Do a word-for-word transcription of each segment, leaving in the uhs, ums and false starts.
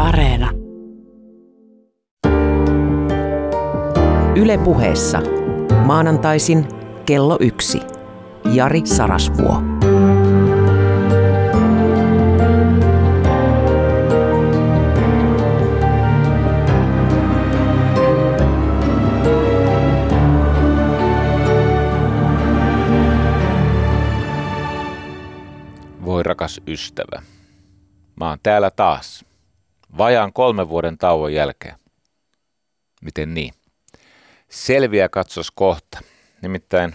Areena. Yle Puheessa. Maanantaisin kello yksi. Jari Sarasvuo. Voi rakas ystävä, mä oon täällä taas, vajaan kolmen vuoden tauon jälkeen. Miten niin? Selviä katsos kohta. Nimittäin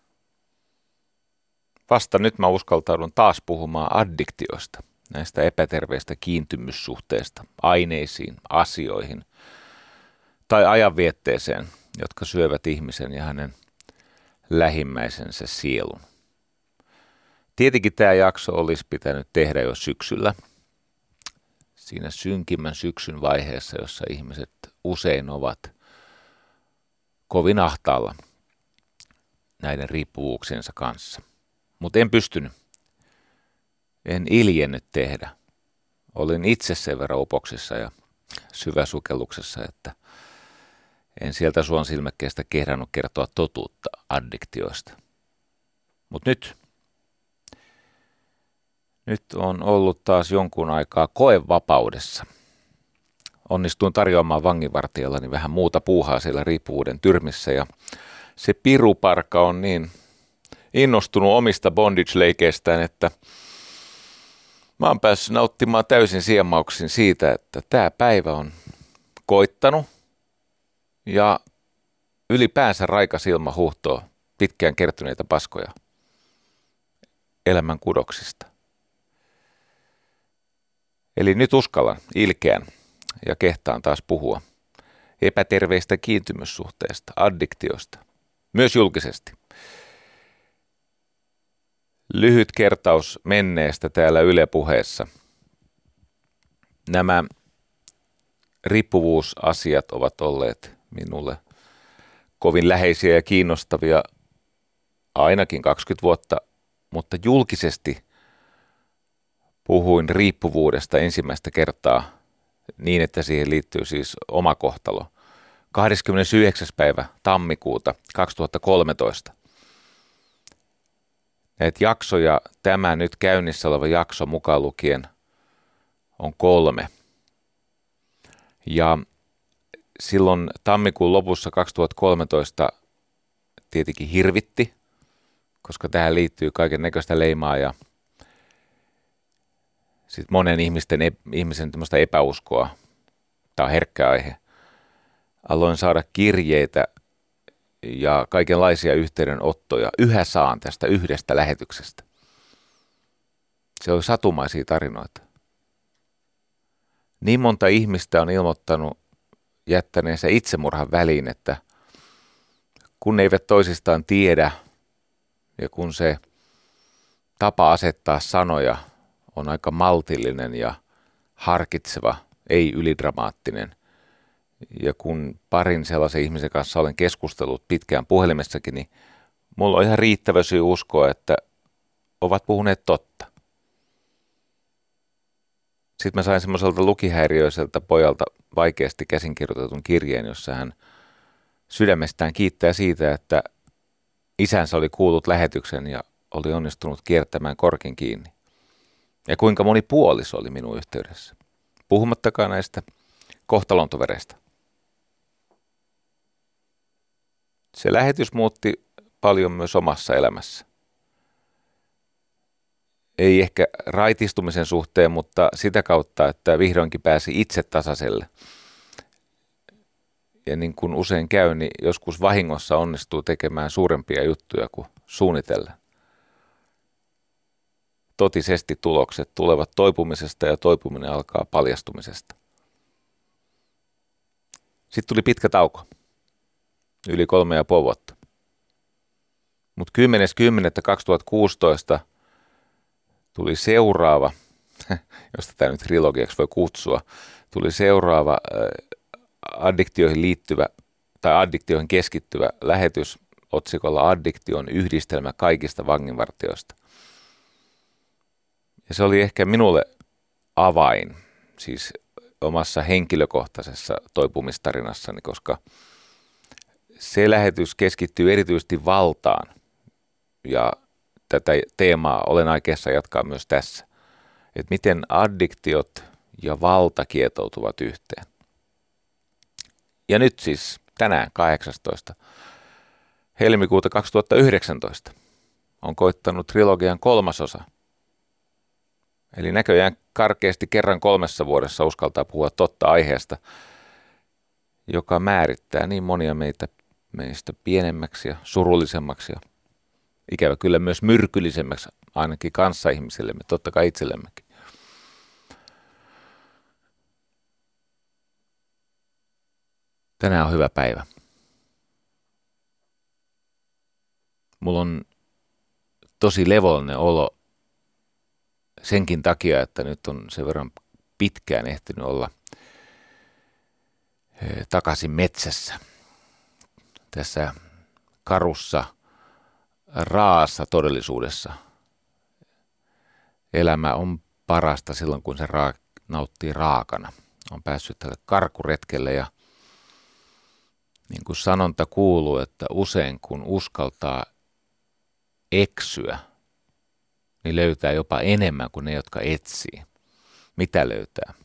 vasta nyt mä uskaltaudun taas puhumaan addiktioista, näistä epäterveistä kiintymyssuhteista, aineisiin, asioihin tai ajanvietteeseen, jotka syövät ihmisen ja hänen lähimmäisensä sielun. Tietenkin tämä jakso olisi pitänyt tehdä jo syksyllä, siinä synkimmän syksyn vaiheessa, jossa ihmiset usein ovat kovin ahtaalla näiden riippuvuuksiensa kanssa. Mutta en pystynyt, en iljennyt tehdä. Olin itse sen verran upoksissa ja syväsukelluksessa, että en sieltä suon silmäkkeestä kehdannut kertoa totuutta addiktioista. Mutta nyt... Nyt on ollut taas jonkun aikaa koevapaudessa. Onnistuin tarjoamaan vanginvartijallani vähän muuta puuhaa siellä riippuvuuden tyrmissä ja se piruparka on niin innostunut omista bondage-leikeistään, että mä oon päässyt nauttimaan täysin siemauksin siitä, että tämä päivä on koittanut ja ylipäänsä raikas ilma huuhtoo pitkään kertyneitä paskoja elämän kudoksista. Eli nyt uskallan, ilkeän ja kehtaan taas puhua epäterveistä kiintymyssuhteista, addiktiosta, myös julkisesti. Lyhyt kertaus menneestä täällä Yle Puheessa. Nämä riippuvuusasiat ovat olleet minulle kovin läheisiä ja kiinnostavia ainakin kaksikymmentä vuotta, mutta julkisesti puhuin riippuvuudesta ensimmäistä kertaa niin, että siihen liittyy siis oma kohtalo. kahdeskymmenesyhdeksäs päivä tammikuuta kaksituhattakolmetoista. Näitä jaksoja, tämä nyt käynnissä oleva jakso mukaan lukien, on kolme. Ja silloin tammikuun lopussa kaksituhattakolmetoista tietenkin hirvitti, koska tähän liittyy kaiken näköistä leimaa ja sitten monen ihmisten, ihmisen tämmöistä epäuskoa. Tämä on herkkä aihe. Aloin saada kirjeitä ja kaikenlaisia yhteydenottoja. Yhä saan tästä yhdestä lähetyksestä. Se oli satumaisia tarinoita. Niin monta ihmistä on ilmoittanut jättäneensä itsemurhan väliin, että kun ne eivät toisistaan tiedä ja kun se tapa asettaa sanoja on aika maltillinen ja harkitseva, ei ylidramaattinen. Ja kun parin sellaisen ihmisen kanssa olen keskustellut pitkään puhelimessakin, niin mulla on ihan riittävä syy uskoa, että ovat puhuneet totta. Sitten mä sain semmoiselta lukihäiriöiseltä pojalta vaikeasti käsinkirjoitetun kirjeen, jossa hän sydämestään kiittää siitä, että isänsä oli kuullut lähetyksen ja oli onnistunut kiertämään korkin kiinni. Ja kuinka moni puoliso oli minun yhteydessä. Puhumattakaan näistä kohtalontovereista. Se lähetys muutti paljon myös omassa elämässä. Ei ehkä raitistumisen suhteen, mutta sitä kautta, että vihdoinkin pääsi itse tasaiselle. Ja niin kuin usein käy, niin joskus vahingossa onnistuu tekemään suurempia juttuja kuin suunnitellen. Totisesti tulokset tulevat toipumisesta ja toipuminen alkaa paljastumisesta. Sitten tuli pitkä tauko, yli kolme ja puoli vuotta. Mutta kymmenes kymmenettä kaksituhattakuusitoista tuli seuraava, josta tämä nyt trilogiaksi voi kutsua, tuli seuraava addiktioihin liittyvä tai addiktioihin keskittyvä lähetys otsikolla Addiktion yhdistelmä kaikista vanginvartijoista. Ja se oli ehkä minulle avain, siis omassa henkilökohtaisessa toipumistarinassani, koska se lähetys keskittyy erityisesti valtaan ja tätä teemaa olen aikeissa jatkaa myös tässä, että miten addiktiot ja valta kietoutuvat yhteen. Ja nyt siis tänään kahdeksastoista helmikuuta kaksituhattayhdeksäntoista on koittanut trilogian kolmas osa. Eli näköjään karkeasti kerran kolmessa vuodessa uskaltaa puhua totta aiheesta, joka määrittää niin monia meitä, meistä pienemmäksi ja surullisemmaksi ja ikävä kyllä myös myrkyllisemmäksi, ainakin kanssaihmisillemme, totta kai itsellemmekin. Tänään on hyvä päivä. Mulla on tosi levollinen olo senkin takia, että nyt on sen verran pitkään ehtinyt olla takaisin metsässä. Tässä karussa, raassa todellisuudessa. Elämä on parasta silloin, kun se raa- nauttii raakana. On päässyt tälle karkuretkelle ja niin kuin sanonta kuuluu, että usein kun uskaltaa eksyä, niin löytää jopa enemmän kuin ne, jotka etsii. Mitä löytää?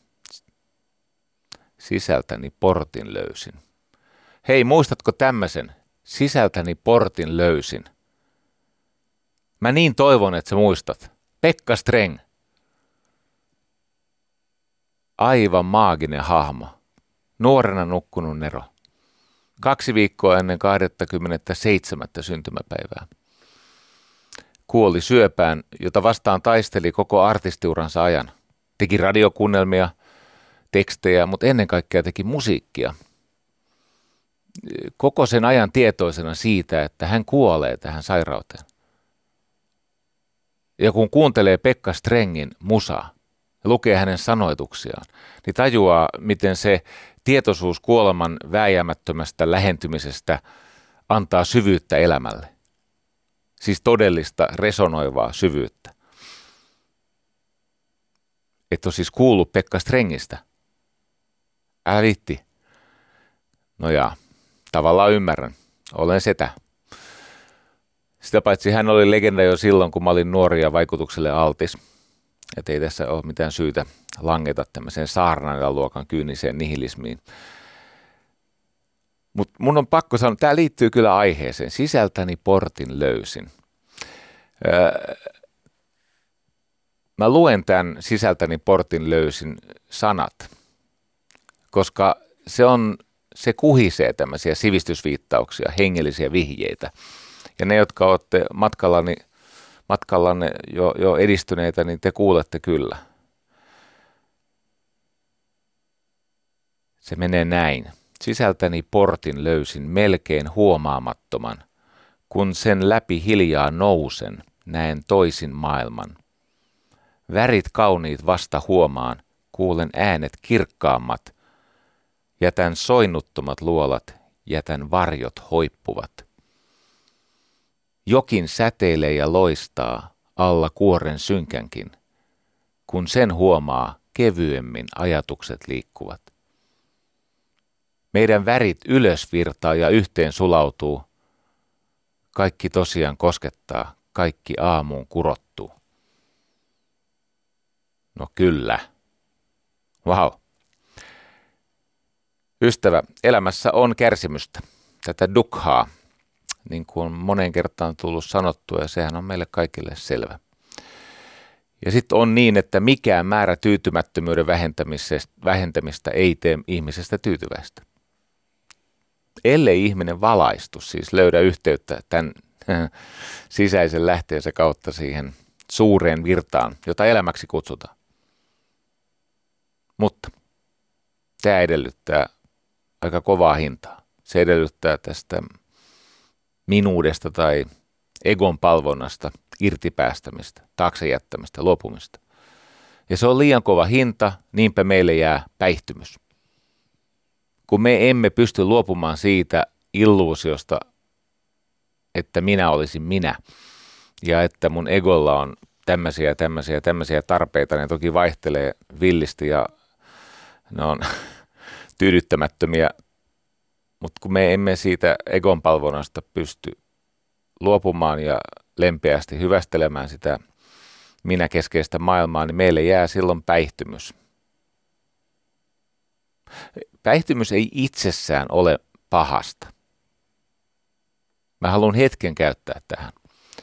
Sisältäni portin löysin. Hei, muistatko tämmöisen? Sisältäni portin löysin. Mä niin toivon, että sä muistat. Pekka Streng. Aivan maaginen hahmo. Nuorena nukkunut nero. Kaksi viikkoa ennen kaksikymmentäseitsemän syntymäpäivää. Kuoli syöpään, jota vastaan taisteli koko artistiuransa ajan. Teki radiokuunnelmia, tekstejä, mutta ennen kaikkea teki musiikkia. Koko sen ajan tietoisena siitä, että hän kuolee tähän sairauteen. Ja kun kuuntelee Pekka Strengin musaa ja lukee hänen sanoituksiaan, niin tajuaa, miten se tietoisuus kuoleman vääjäämättömästä lähentymisestä antaa syvyyttä elämälle. Siis todellista resonoivaa syvyyttä. Et ole siis kuullut Pekka Strengistä. Älä viitti. No jaa, tavallaan ymmärrän. Olen setä. Sitä paitsi hän oli legenda jo silloin, kun mä olin nuori ja vaikutukselle altis. Et ei tässä ole mitään syytä langeta tämmöiseen saarnailijan luokan kyyniseen nihilismiin. Mutta mun on pakko sanoa, tämä liittyy kyllä aiheeseen. Sisältäni portin löysin. Öö, mä luen tämän sisältäni portin löysin sanat, koska se on, se kuhisee tämmöisiä sivistysviittauksia, hengellisiä vihjeitä. Ja ne, jotka olette matkallani, matkallanne jo, jo edistyneitä, niin te kuulette kyllä. Se menee näin. Sisältäni portin löysin melkein huomaamattoman, kun sen läpi hiljaa nousen, näen toisin maailman. Värit kauniit vasta huomaan, kuulen äänet kirkkaammat. Jätän soinnuttomat luolat, jätän varjot hoippuvat. Jokin säteilee ja loistaa alla kuoren synkänkin, kun sen huomaa, kevyemmin ajatukset liikkuvat. Meidän värit ylös virtaa ja yhteen sulautuu. Kaikki tosiaan koskettaa, kaikki aamuun kurottuu. No kyllä. Vau. Ystävä, elämässä on kärsimystä, tätä dukhaa, niin kuin on moneen kertaan tullut sanottua, ja sehän on meille kaikille selvä. Ja sitten on niin, että mikään määrä tyytymättömyyden vähentämistä ei tee ihmisestä tyytyväistä. Ellei ihminen valaistu, siis löydä yhteyttä tämän sisäisen lähteensä kautta siihen suureen virtaan, jota elämäksi kutsutaan. Mutta tämä edellyttää aika kovaa hintaa. Se edellyttää tästä minuudesta tai egon palvonnasta irtipäästämistä, taakse jättämistä, luopumista. Ja se on liian kova hinta, niinpä meille jää päihtymys. Kun me emme pysty luopumaan siitä illuusiosta, että minä olisin minä ja että mun egolla on tämmöisiä, tämmöisiä, tämmöisiä tarpeita, ne toki vaihtelee villisti ja ne on tyydyttämättömiä, mutta kun me emme siitä egonpalvonnasta pysty luopumaan ja lempeästi hyvästelemään sitä minäkeskeistä maailmaa, niin meille jää silloin päihtymys. Päihtymys ei itsessään ole pahasta. Mä haluan hetken käyttää tähän.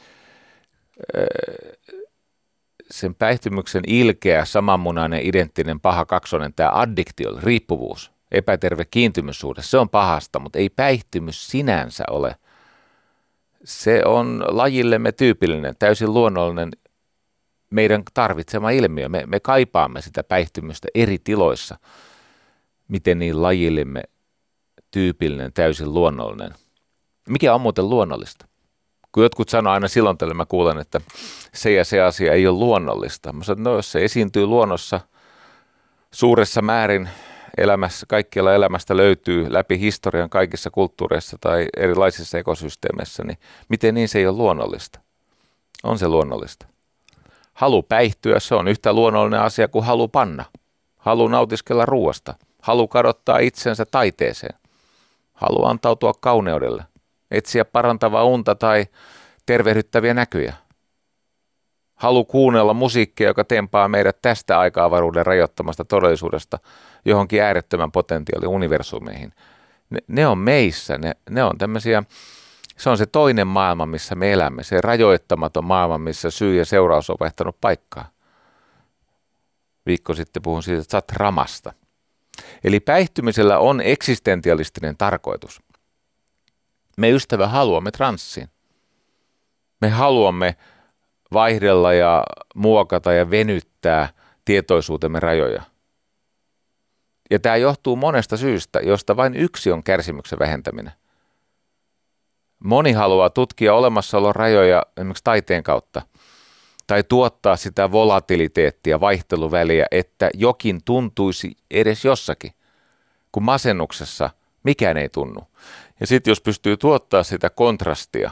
Sen päihtymyksen ilkeä, samanmunainen, identtinen, paha kaksonen, tämä addiktio, riippuvuus, epäterve kiintymyssuhde, se on pahasta, mutta ei päihtymys sinänsä ole. Se on lajillemme tyypillinen, täysin luonnollinen, meidän tarvitsema ilmiö. Me, me kaipaamme sitä päihtymystä eri tiloissa. Miten niin lajillemme tyypillinen, täysin luonnollinen. Mikä on muuten luonnollista? Kun jotkut sanoo aina silloin tällä, mä kuulen, että se ja se asia ei ole luonnollista. Mä sanon, että no jos se esiintyy luonnossa suuressa määrin elämässä, kaikkialla elämästä löytyy läpi historian kaikissa kulttuureissa tai erilaisissa ekosysteemeissä, niin miten niin se ei ole luonnollista? On se luonnollista. Halu päihtyä, se on yhtä luonnollinen asia kuin halu panna. Halu nautiskella ruoasta. Halu kadottaa itsensä taiteeseen. Halu antautua kauneudelle. Etsiä parantavaa unta tai tervehdyttäviä näkyjä. Halu kuunnella musiikkia, joka tempaa meidät tästä aika-avaruuden rajoittamasta todellisuudesta johonkin äärettömän potentiaalin universumeihin. Ne, ne on meissä, ne, ne on tämmöisiä, se on se toinen maailma, missä me elämme, se rajoittamaton maailma, missä syy ja seuraus on vaihtanut paikkaa. Viikko sitten puhun siitä satramasta. Eli päihtymisellä on eksistentialistinen tarkoitus. Me ystävä haluamme transsiin. Me haluamme vaihdella ja muokata ja venyttää tietoisuutemme rajoja. Ja tämä johtuu monesta syystä, josta vain yksi on kärsimyksen vähentäminen. Moni haluaa tutkia olemassaolon rajoja esimerkiksi taiteen kautta tai tuottaa sitä volatiliteettia, vaihteluväliä, että jokin tuntuisi edes jossakin, kun masennuksessa mikään ei tunnu. Ja sitten jos pystyy tuottaa sitä kontrastia,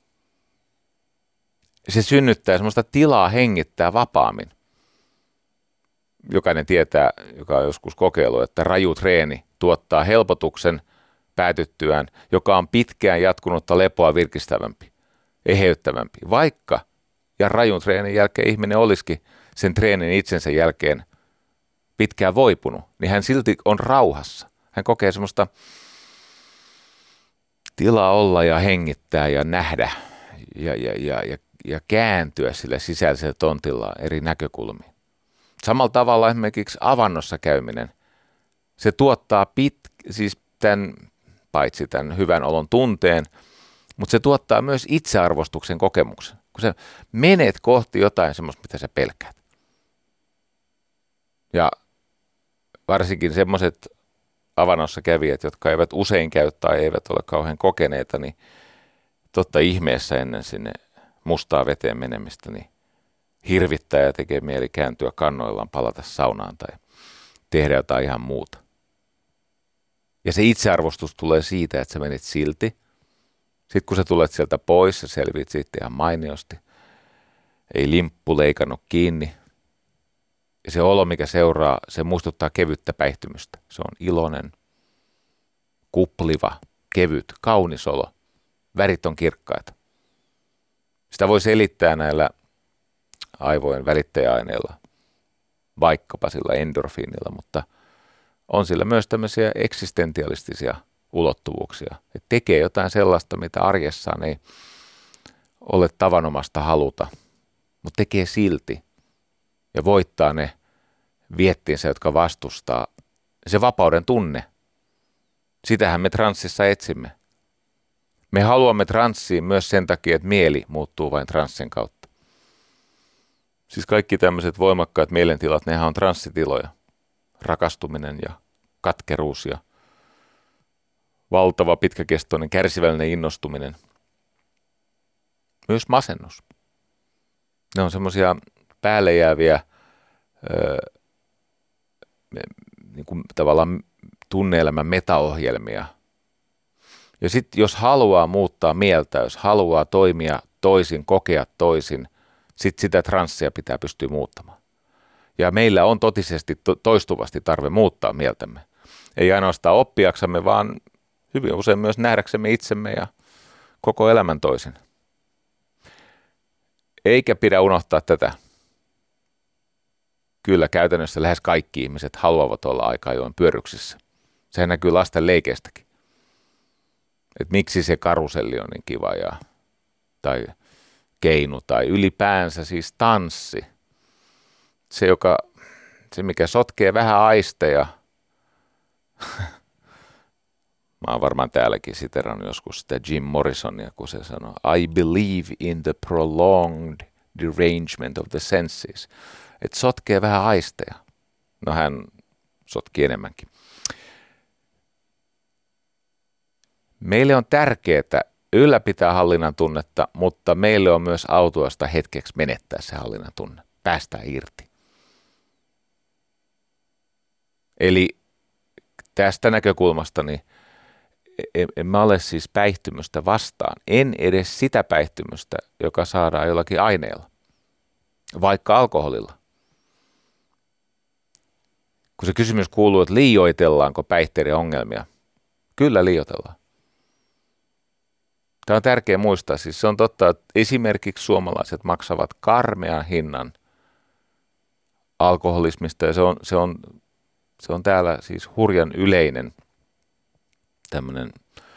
se synnyttää semmoista tilaa hengittää vapaammin. Jokainen tietää, joka on joskus kokeillut, että raju treeni tuottaa helpotuksen päätyttyään, joka on pitkään jatkunutta lepoa virkistävämpi, eheyttävämpi. Vaikka ja rajun treenin jälkeen ihminen olisikin sen treenin itsensä jälkeen pitkään voipunut, niin hän silti on rauhassa. Hän kokee semmoista tilaa olla ja hengittää ja nähdä ja, ja, ja, ja, ja kääntyä sillä sisäisellä tontilla eri näkökulmiin. Samalla tavalla esimerkiksi avannossa käyminen, se tuottaa pit, siis tämän, paitsi tämän hyvän olon tunteen, mutta se tuottaa myös itsearvostuksen kokemuksen, kun sä menet kohti jotain semmoista, mitä sä pelkäät. Ja varsinkin semmoiset avannossa kävijät, jotka eivät usein käy tai eivät ole kauhean kokeneita, niin totta ihmeessä ennen sinne mustaa veteen menemistä, niin hirvittää ja tekee mieli kääntyä kannoillaan, palata saunaan tai tehdä jotain ihan muuta. Ja se itsearvostus tulee siitä, että sä menit silti. Sitten kun sä tulet sieltä pois, sä selviit siitä ihan mainiosti. Ei limppu leikannut kiinni. Ja se olo, mikä seuraa, se muistuttaa kevyttä päihtymystä. Se on iloinen, kupliva, kevyt, kaunis olo. Värit on kirkkaita. Sitä voi selittää näillä aivojen välittäjäaineilla, vaikkapa sillä endorfiinilla, mutta on sillä myös tämmöisiä eksistentialistisia ulottuvuuksia. Että tekee jotain sellaista, mitä arjessaan ei ole tavanomasta haluta, mutta tekee silti ja voittaa ne viettinsä, jotka vastustaa. Se vapauden tunne, sitähän me transsissa etsimme. Me haluamme transsiin myös sen takia, että mieli muuttuu vain transsin kautta. Siis kaikki tämmöiset voimakkaat mielentilat, nehän on transsitiloja. Rakastuminen ja katkeruus ja valtava pitkäkestoinen kärsivällinen innostuminen. Myös masennus. Ne on semmoisia päälle jääviä öö, niin kuin tavallaan tunne-elämän metaohjelmia. Ja sitten jos haluaa muuttaa mieltä, jos haluaa toimia toisin, kokea toisin, sitten sitä transsia pitää pystyä muuttamaan. Ja meillä on totisesti to- toistuvasti tarve muuttaa mieltämme. Ei ainoastaan oppiaksamme, vaan hyvin usein myös nähdäksemme itsemme ja koko elämän toisin. Eikä pidä unohtaa tätä. Kyllä käytännössä lähes kaikki ihmiset haluavat olla aika ajoin pyörryksissä. Sehän näkyy lasten leikeistäkin. Et miksi se karuselli on niin kiva ja, tai keinu tai ylipäänsä siis tanssi. Se, joka, se mikä sotkee vähän aisteja. Mä oon varmaan täälläkin siterannut joskus sitä Jim Morrisonia, kun se sanoo, I believe in the prolonged derangement of the senses. Että sotkee vähän aisteja. No hän sotki enemmänkin. Meille on tärkeää ylläpitää hallinnan tunnetta, mutta meille on myös autuasta hetkeksi menettää se hallinnan tunne. Päästään irti. Eli tästä näkökulmasta niin en mä ole siis päihtymystä vastaan. En edes sitä päihtymystä, joka saadaan jollakin aineella, vaikka alkoholilla. Kun se kysymys kuuluu, että liioitellaanko päihteiden ongelmia. Kyllä liioitellaan. Tämä on tärkeää muistaa. Siis se on totta, että esimerkiksi suomalaiset maksavat karmean hinnan alkoholismista ja se on, se on, se on täällä siis hurjan yleinen tämmöinen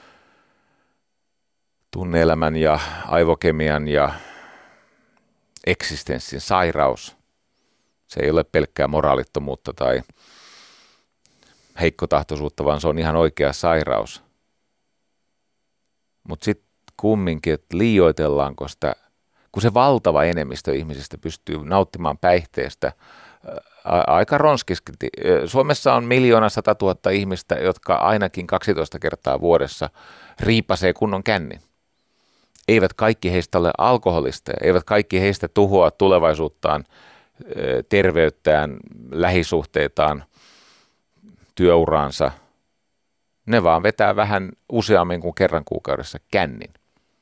tunne-elämän ja aivokemian ja eksistenssin sairaus. Se ei ole pelkkää moraalittomuutta tai heikkotahtoisuutta, vaan se on ihan oikea sairaus. Mutta sitten kumminkin, että liioitellaanko sitä, kun se valtava enemmistö ihmisistä pystyy nauttimaan päihteestä ä, aika ronskisti. Suomessa on miljoona sata tuhatta ihmistä, jotka ainakin kaksitoista kertaa vuodessa riipasee kunnon kännin. Eivät kaikki heistä ole alkoholisteja, eivät kaikki heistä tuhoa tulevaisuuttaan, terveyttään, lähisuhteitaan, työuraansa. Ne vaan vetää vähän useammin kuin kerran kuukaudessa kännin.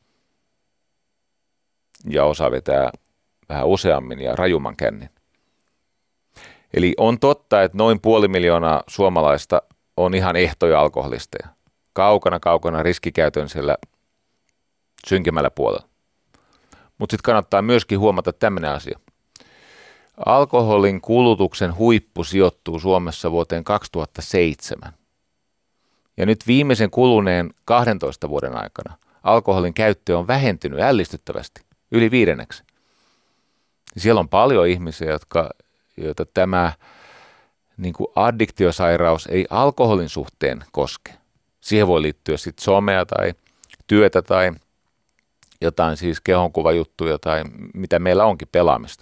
Ja osa vetää vähän useammin ja rajumman kännin. Eli on totta, että noin puoli miljoonaa suomalaista on ihan ehtoja alkoholisteja. Kaukana, kaukana riskikäytön siellä synkemmällä puolella. Mutta sitten kannattaa myöskin huomata tämmöinen asia. Alkoholin kulutuksen huippu sijoittuu Suomessa vuoteen kaksituhattaseitsemän. Ja nyt viimeisen kuluneen kahdentoista vuoden aikana alkoholin käyttö on vähentynyt ällistyttävästi, yli viidenneksi. Siellä on paljon ihmisiä, jotka, joita tämä niin kuin addiktiosairaus ei alkoholin suhteen koske. Siihen voi liittyä sitten somea tai työtä tai jotain siis kehonkuvajuttuja tai mitä meillä onkin pelaamista.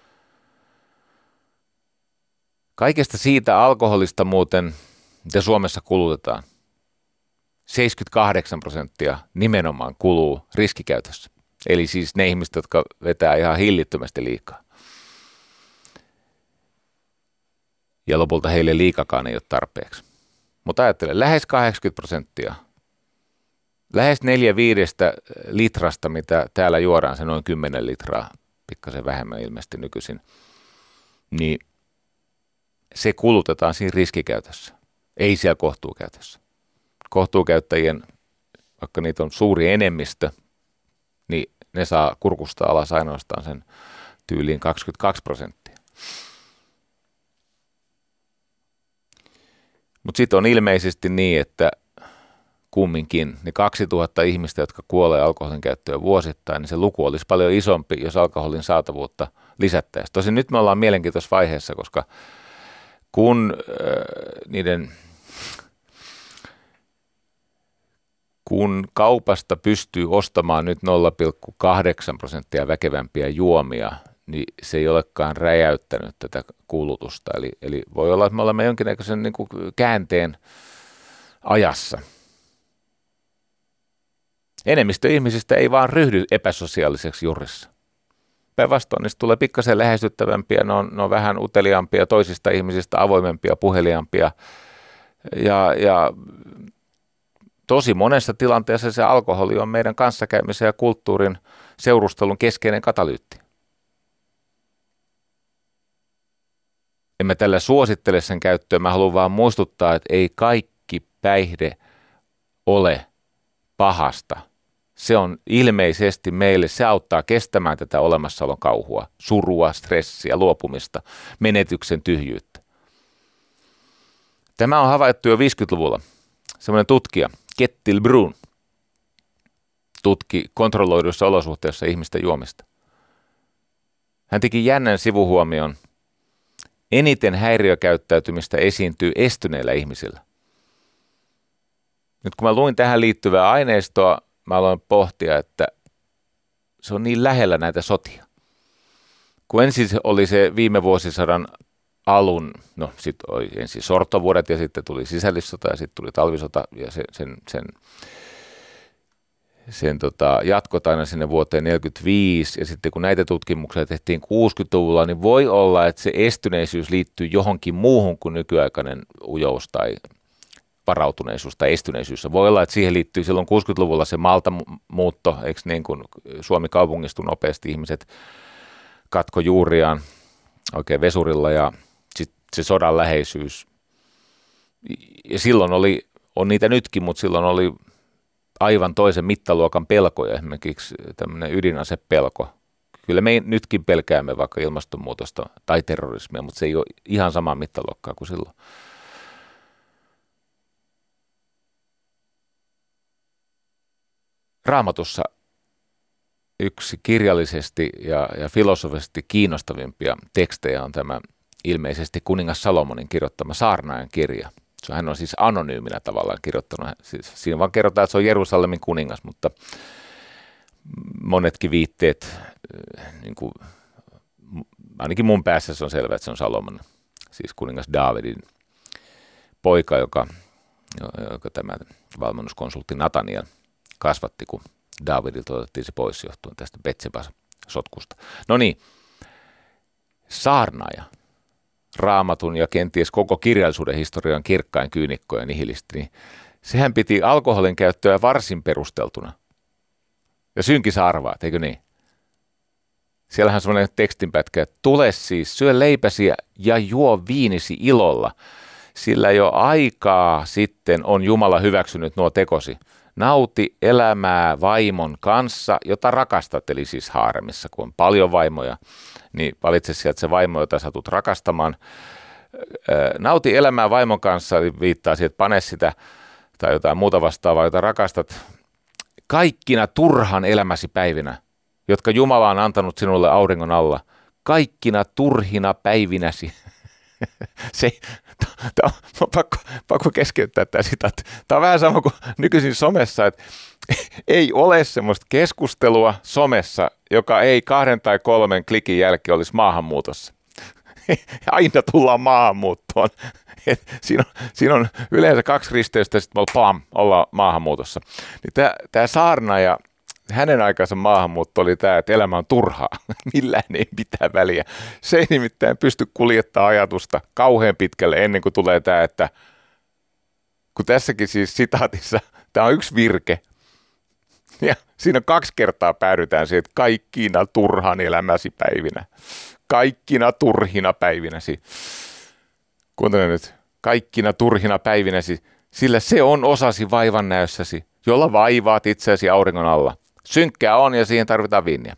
Kaikesta siitä alkoholista muuten, mitä Suomessa kulutetaan, seitsemänkymmentäkahdeksan prosenttia nimenomaan kuluu riskikäytössä. Eli siis ne ihmiset, jotka vetää ihan hillittömästi liikaa. Ja lopulta heille liikakaan ei ole tarpeeksi. Mutta ajattele, lähes kahdeksankymmentä prosenttia, lähes neljä viidestä litrasta, mitä täällä juodaan, se noin kymmenen litraa, pikkasen vähemmän ilmeisesti nykyisin, niin se kulutetaan siinä riskikäytössä, ei siellä kohtuukäytössä. Kohtuukäyttäjien, vaikka niitä on suuri enemmistö, niin ne saa kurkusta alas ainoastaan sen tyyliin kaksikymmentäkaksi prosenttia. Mutta sitten on ilmeisesti niin, että kumminkin ne kaksituhatta ihmistä, jotka kuolee alkoholin käyttöön vuosittain, niin se luku olisi paljon isompi, jos alkoholin saatavuutta lisättäisiin. Tosin nyt me ollaan mielenkiintoisessa vaiheessa, koska kun äh, niiden kun kaupasta pystyy ostamaan nyt nolla pilkku kahdeksan prosenttia väkevämpiä juomia, niin se ei olekaan räjäyttänyt tätä kulutusta. Eli, eli voi olla, että me olemme jonkinnäköisen niin kuin käänteen ajassa. Enemmistö ihmisistä ei vaan ryhdy epäsosiaaliseksi jurissa. Päinvastoin niistä tulee pikkasen lähestyttävämpiä, ne on, ne on vähän uteliaampia toisista ihmisistä, avoimempia, puheliaampia. Ja, ja tosi monessa tilanteessa se alkoholi on meidän kanssakäymisen ja kulttuurin seurustelun keskeinen katalyytti. En mä tällä suosittele sen käyttöön, mä haluan vaan muistuttaa, että ei kaikki päihde ole pahasta. Se on ilmeisesti meille, se auttaa kestämään tätä olemassaolon kauhua, surua, stressiä, luopumista, menetyksen tyhjyyttä. Tämä on havaittu jo viisikymmentäluvulla. Semmoinen tutkija, Kettil Brun, tutki kontrolloiduissa olosuhteissa ihmisten juomista. Hän teki jännän sivuhuomion. Eniten häiriökäyttäytymistä esiintyy estyneillä ihmisillä. Nyt kun mä luin tähän liittyvää aineistoa, mä aloin pohtia, että se on niin lähellä näitä sotia. Kun ensin oli se viime vuosisadan alun, no sitten oli ensin sortovuodet ja sitten tuli sisällissota ja sitten tuli talvisota ja se, sen, sen, sen tota, jatkot aina sinne vuoteen neljäkymmentäviisi ja sitten kun näitä tutkimuksia tehtiin kuusikymmentäluvulla, niin voi olla, että se estyneisyys liittyy johonkin muuhun kuin nykyaikainen ujous tai varautuneisuus tai estyneisyys. Voi olla, että siihen liittyy silloin kuusikymmentäluvulla se maaltamuutto, eikö niin kuin Suomi kaupungistui nopeasti, ihmiset katko juuriaan oikein vesurilla ja sitten se sodan läheisyys. Ja silloin oli, on niitä nytkin, mutta silloin oli aivan toisen mittaluokan pelkoja, esimerkiksi tämmöinen ydinasepelko. Kyllä me nytkin pelkäämme vaikka ilmastonmuutosta tai terrorismia, mutta se ei ole ihan samaa mittaluokkaa kuin silloin. Raamatussa yksi kirjallisesti ja, ja filosofisesti kiinnostavimpia tekstejä on tämä ilmeisesti kuningas Salomonin kirjoittama Saarnaajan kirja. Hän on siis anonyyminä tavallaan kirjoittanut. Siis siinä vaan kerrotaan, että se on Jerusalemin kuningas, mutta monetkin viitteet, niin kuin, ainakin mun päässä se on selvä, että se on Salomon, siis kuningas Daavidin poika, joka, joka tämä valmennuskonsultti Nataniel kasvatti, kun Daavidilta otettiin se pois johtuen tästä Betseba-sotkusta. No niin, saarnaaja, Raamatun ja kenties koko kirjallisuuden historian kirkkain kyynikko ja nihilisti, niin sehän piti alkoholin käyttöä varsin perusteltuna. Ja synkissä arvaat, eikö niin? Siellähän on sellainen tekstinpätkä, että tule siis, syö leipäsi ja juo viinisi ilolla, sillä jo aikaa sitten on Jumala hyväksynyt nuo tekosi. Nauti elämää vaimon kanssa, jota rakastat, eli siis haaremissa, kun on paljon vaimoja, niin valitse sieltä se vaimo, jota satut rakastamaan. Nauti elämää vaimon kanssa, eli viittaa siihen, että pane sitä tai jotain muuta vastaavaa, jota rakastat, kaikkina turhan elämäsi päivinä, jotka Jumala on antanut sinulle auringon alla, kaikkina turhina päivinäsi. Se, tämä on pakko, pakko keskeyttää tämä sitaatti. Tämä on vähän sama kuin nykyisin somessa, että ei ole semmoista keskustelua somessa, joka ei kahden tai kolmen klikin jälkeen olisi maahanmuutossa. Aina tullaan maahanmuuttoon. Et siinä, on, siinä on yleensä kaksi risteystä ja sitten pam, ollaan maahanmuutossa. Niin tämä, tämä saarnaaja, hänen aikansa maahanmuutto oli tämä, että elämä on turhaa. Millään ei mitään väliä. Se ei nimittäin pysty kuljettamaan ajatusta kauhean pitkälle ennen kuin tulee tämä, että kun tässäkin siis sitaatissa, tämä on yksi virke. Ja siinä kaksi kertaa päädytään siihen, että kaikkina turhan elämäsi päivinä. Kaikkina turhina päivinäsi. Kuuntele nyt. Kaikkina turhina päivinäsi, sillä se on osasi vaivan näössäsi, jolla vaivaat itseäsi auringon alla. Synkkää on ja siihen tarvitaan viiniä.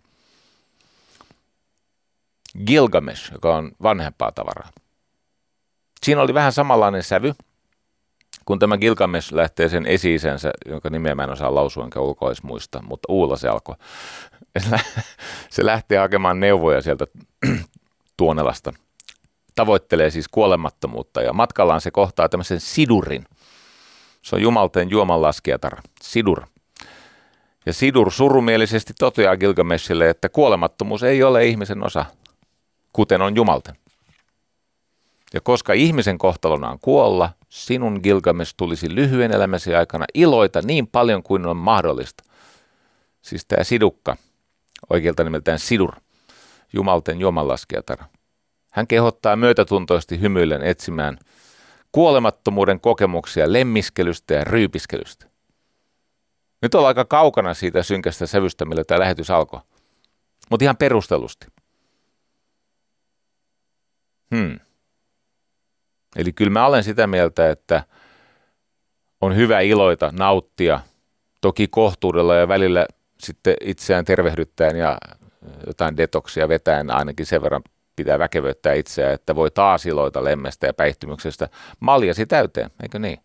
Gilgamesh, joka on vanhempaa tavaraa. Siinä oli vähän samanlainen sävy, kun tämä Gilgamesh lähtee sen esi-isänsä, jonka nimeä mä en osaa lausua enkä ulkoa edes muista, mutta Uula se alkoi. Se lähtee hakemaan neuvoja sieltä Tuonelasta. Tavoittelee siis kuolemattomuutta ja matkallaan se kohtaa tämmöisen sidurin. Se on jumalten juomanlaskijatar, sidur. Ja sidur surumielisesti toteaa Gilgameshille, että kuolemattomuus ei ole ihmisen osa, kuten on jumalten. Ja koska ihmisen kohtalona on kuolla, sinun Gilgamesh tulisi lyhyen elämäsi aikana iloita niin paljon kuin on mahdollista. Siis tämä sidukka, oikealta nimeltään sidur, jumalten juomanlaskijatar. Hän kehottaa myötätuntoisesti hymyillen etsimään kuolemattomuuden kokemuksia lemmiskelystä ja ryypiskelystä. Nyt ollaan aika kaukana siitä synkästä sävystä, millä tämä lähetys alkoi, mutta ihan perustellusti. Hmm. Eli kyllä mä olen sitä mieltä, että on hyvä iloita, nauttia, toki kohtuudella ja välillä sitten itseään tervehdyttäen ja jotain detoksia vetäen ainakin sen verran pitää väkevöittää itseään, että voi taas iloita lemmestä ja päihtymyksestä maljasi täyteen, eikö niin?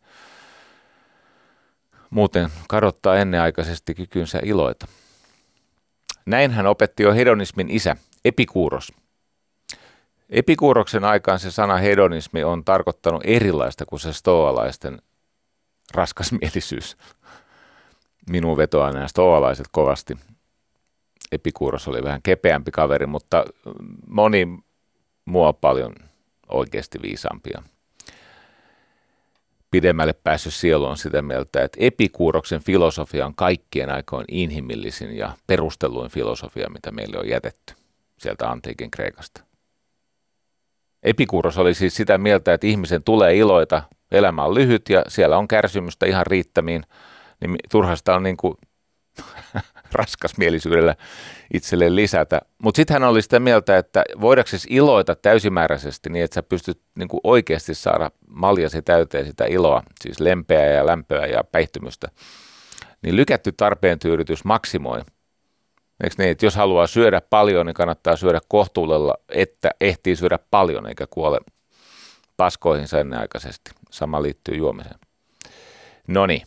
Muuten kadottaa ennenaikaisesti kykynsä iloita. Näin hän opetti jo hedonismin isä, Epikuuros. Epikuuroksen aikaan se sana hedonismi on tarkoittanut erilaista kuin se stoalaisten raskasmielisyys. Minun vetoaa nämä stoalaiset kovasti. Epikuuros oli vähän kepeämpi kaveri, mutta moni mua paljon oikeasti viisaampia. Pidemmälle päässyt sielu on sitä mieltä, että Epikuuroksen filosofia on kaikkien aikojen inhimillisin ja perustelluin filosofia, mitä meille on jätetty sieltä antiikin Kreikasta. Epikuuros oli siis sitä mieltä, että ihmisen tulee iloita, elämä on lyhyt ja siellä on kärsimystä ihan riittämiin, niin turhasta on niin kuin raskasmielisyydellä itselleen lisätä. Mutta sitten hän oli sitä mieltä, että voidaksesi iloita täysimääräisesti niin, että sä pystyt niin kuin oikeasti saada maljasi täyteen sitä iloa, siis lempeää ja lämpöä ja päihtymystä, niin lykätty tarpeen tyydytys maksimoi. Eikö niin, että jos haluaa syödä paljon, niin kannattaa syödä kohtuudella, että ehtii syödä paljon eikä kuole paskoihinsa ennenaikaisesti. Sama liittyy juomiseen. Noniin.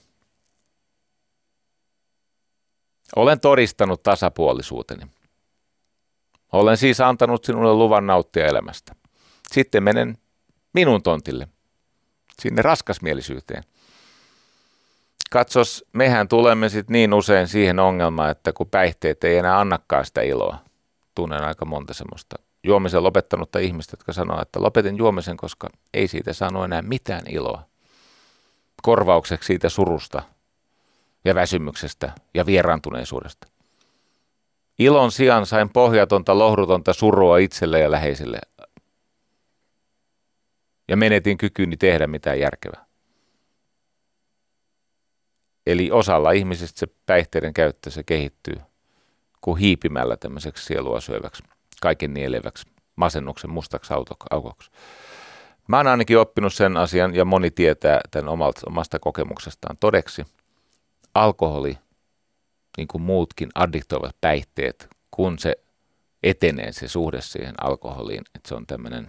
Olen todistanut tasapuolisuuteni. Olen siis antanut sinulle luvan nauttia elämästä. Sitten menen minun tontille, sinne raskasmielisyyteen. Katsos, mehän tulemme sitten niin usein siihen ongelmaan, että kun päihteet ei enää annakaan sitä iloa. Tunnen aika monta semmoista juomisen lopettanutta ihmistä, jotka sanoo, että lopetin juomisen, koska ei siitä saanut enää mitään iloa. Korvaukseksi siitä surusta ja väsymyksestä ja vieraantuneisuudesta. Ilon sijaan sain pohjatonta, lohdutonta surua itselle ja läheisille. Ja menetin kykyni tehdä mitään järkevää. Eli osalla ihmisistä se päihteiden käyttö se kehittyy kuin hiipimällä tämmöiseksi sielua syöväksi, kaiken nieleväksi, masennuksen mustaksi aukoksi. Mä oon ainakin oppinut sen asian, ja moni tietää tämän omasta kokemuksestaan todeksi. Alkoholi, niin kuin muutkin addiktoivat päihteet, kun se etenee se suhde siihen alkoholiin, että se on tämmöinen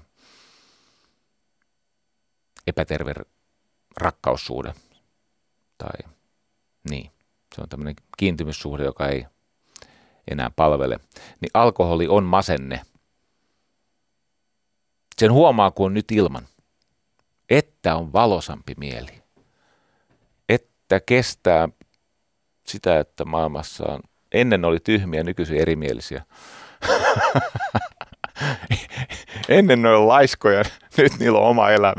epäterve rakkaussuhde tai niin, se on tämmöinen kiintymyssuhde, joka ei enää palvele, niin alkoholi on masenne. Sen huomaa, kun on nyt ilman, että on valosampi mieli, että kestää sitä, että maailmassa on, ennen oli tyhmiä, nykyisin erimielisiä. Ennen ne oli laiskoja, nyt niillä on oma elämä.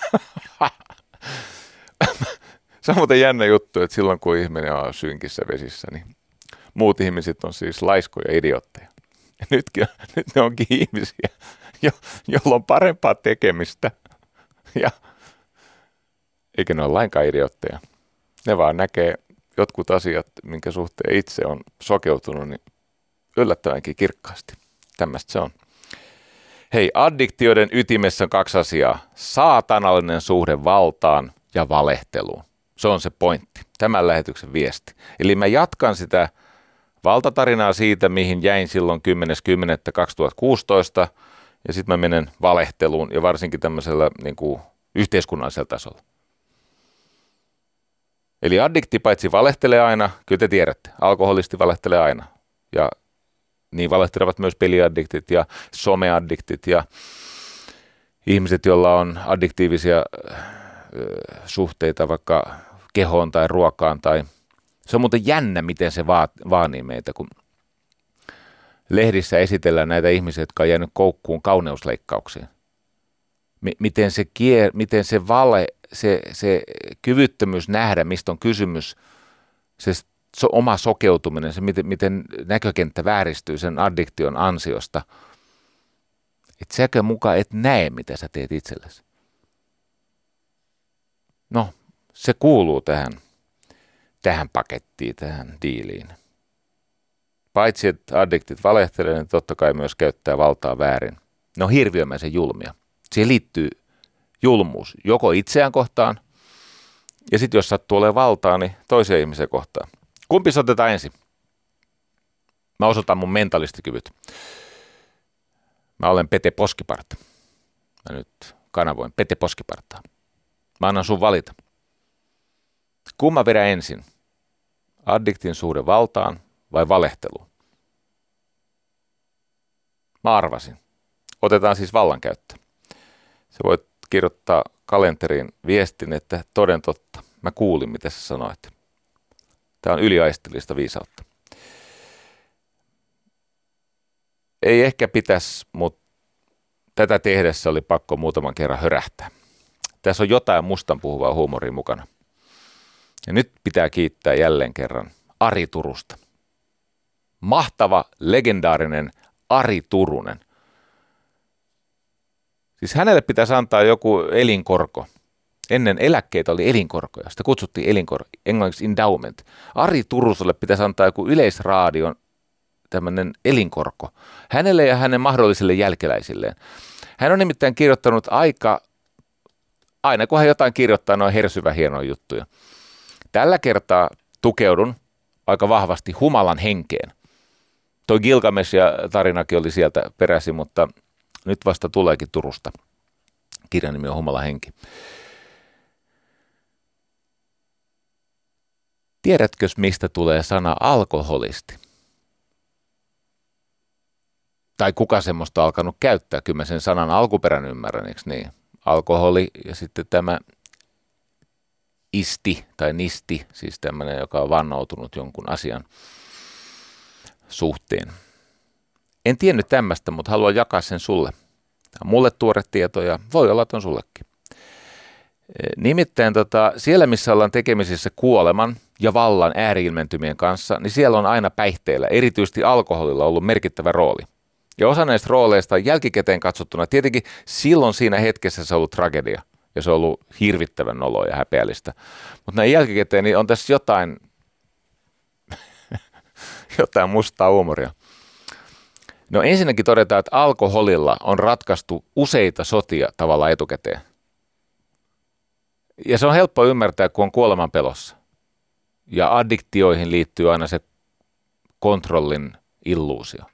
Se on muuten jännä juttu, että silloin kun ihminen on synkissä vesissä, niin muut ihmiset on siis laiskoja idiootteja. Ja nytkin, nyt ne onkin ihmisiä, jo, joilla on parempaa tekemistä. Ja, eikä ne ole lainkaan idiootteja. Ne vaan näkee jotkut asiat, minkä suhteen itse on sokeutunut, niin yllättävänkin kirkkaasti. Tämmöistä se on. Hei, addiktioiden ytimessä on kaksi asiaa. Saatanallinen suhde valtaan ja valehteluun. Se on se pointti, tämän lähetyksen viesti. Eli mä jatkan sitä valtatarinaa siitä, mihin jäin silloin kymmenes kymmenettä kaksituhattakuusitoista, ja sitten mä menen valehteluun, ja varsinkin tämmöisellä niin kuin yhteiskunnallisella tasolla. Eli addikti paitsi valehtelee aina, kyllä te tiedätte, alkoholisti valehtelee aina. Ja niin valehtelevat myös peliaddiktit ja someaddiktit ja ihmiset, joilla on addiktiivisia suhteita vaikka kehoon tai ruokaan. Tai se on muuten jännä, miten se vaanii meitä, kun lehdissä esitellään näitä ihmisiä, jotka on jäänyt koukkuun kauneusleikkauksiin. M- miten, se kier- miten se vale, se, se kyvyttömyys nähdä, mistä on kysymys, se so, oma sokeutuminen, se miten, miten näkökenttä vääristyy sen addiktion ansiosta, että säkö mukaan et näe, mitä sä teet itsellesi. No, se kuuluu tähän, tähän pakettiin, tähän diiliin. Paitsi, että addiktit valehtelee, niin totta kai myös käyttää valtaa väärin. Ne on hirviömäisen julmia. Siihen liittyy julmuus, joko itseään kohtaan, ja sitten jos sattuu olemaan valtaa, niin toisen ihmisen kohtaan. Kumpi se otetaan ensin? Mä osoitan mun mentalistikyvyt. Mä olen Pete Poskiparta. Mä nyt kanavoin Pete Poskipartaa. Mä annan sun valita. Kumma vedä ensin? Addiktin suhde valtaan vai valehteluun? Mä arvasin. Otetaan siis vallankäyttö. Sä voit kirjoittaa kalenteriin viestin, että toden totta. Mä kuulin, mitä sä sanoit. Tää on yliaistelista viisautta. Ei ehkä pitäisi, mutta tätä tehdessä oli pakko muutaman kerran hörähtää. Tässä on jotain mustan puhuvaa huumoria mukana. Ja nyt pitää kiittää jälleen kerran Ari Turusta. Mahtava, legendaarinen Ari Turunen. Siis hänelle pitäisi antaa joku elinkorko. Ennen eläkkeitä oli elinkorkoja. Sitä kutsuttiin elinkorko, englanniksi endowment. Ari Turuselle pitäisi antaa joku Yleisradion tämmöinen elinkorko. Hänelle ja hänen mahdollisille jälkeläisilleen. Hän on nimittäin kirjoittanut aika, aina kun hän jotain kirjoittaa, noin hersyvä hienoja juttuja. Tällä kertaa tukeudun aika vahvasti humalan henkeen. Toi Gilgamesh ja tarinakin oli sieltä peräisin, mutta nyt vasta tuleekin Turusta. Kirjan nimi on Humalan henki. Tiedätkö, mistä tulee sana alkoholisti? Tai kuka semmoista alkanut käyttää? Kyllä mä sen sanan alkuperän ymmärrän, eikö niin? Alkoholi ja sitten tämä isti tai nisti, siis tämmöinen, joka on vannoutunut jonkun asian suhteen. En tiennyt tämmöistä, mutta haluan jakaa sen sulle. Tämä on mulle tuore tieto ja voi olla, että on sullekin. Nimittäin tota, siellä, missä ollaan tekemisissä kuoleman ja vallan ääriilmentymien kanssa, niin siellä on aina päihteillä, erityisesti alkoholilla ollut merkittävä rooli. Ja osa näistä rooleista jälkikäteen katsottuna, tietenkin silloin siinä hetkessä se on ollut tragedia ja se on ollut hirvittävän noloa ja häpeällistä. Mutta näin jälkikäteen niin on tässä jotain, jotain mustaa huumoria. No ensinnäkin todetaan, että alkoholilla on ratkaistu useita sotia tavalla etukäteen. Ja se on helppo ymmärtää, kun on kuoleman pelossa. Ja addiktioihin liittyy aina se kontrollin illuusio.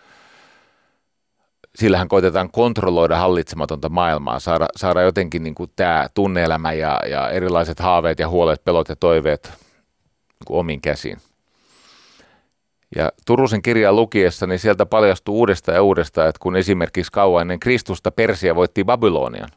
Sillähän koitetaan kontrolloida hallitsematonta maailmaa, saada, saada jotenkin niin kuin tämä tunne-elämä ja, ja erilaiset haaveet ja huolet, pelot ja toiveet niin kuin omiin käsiin. Ja Turusen kirjaa lukiessa, niin sieltä paljastuu uudestaan ja uudestaan, että kun esimerkiksi kauan ennen Kristusta Persia voitti Babylonian,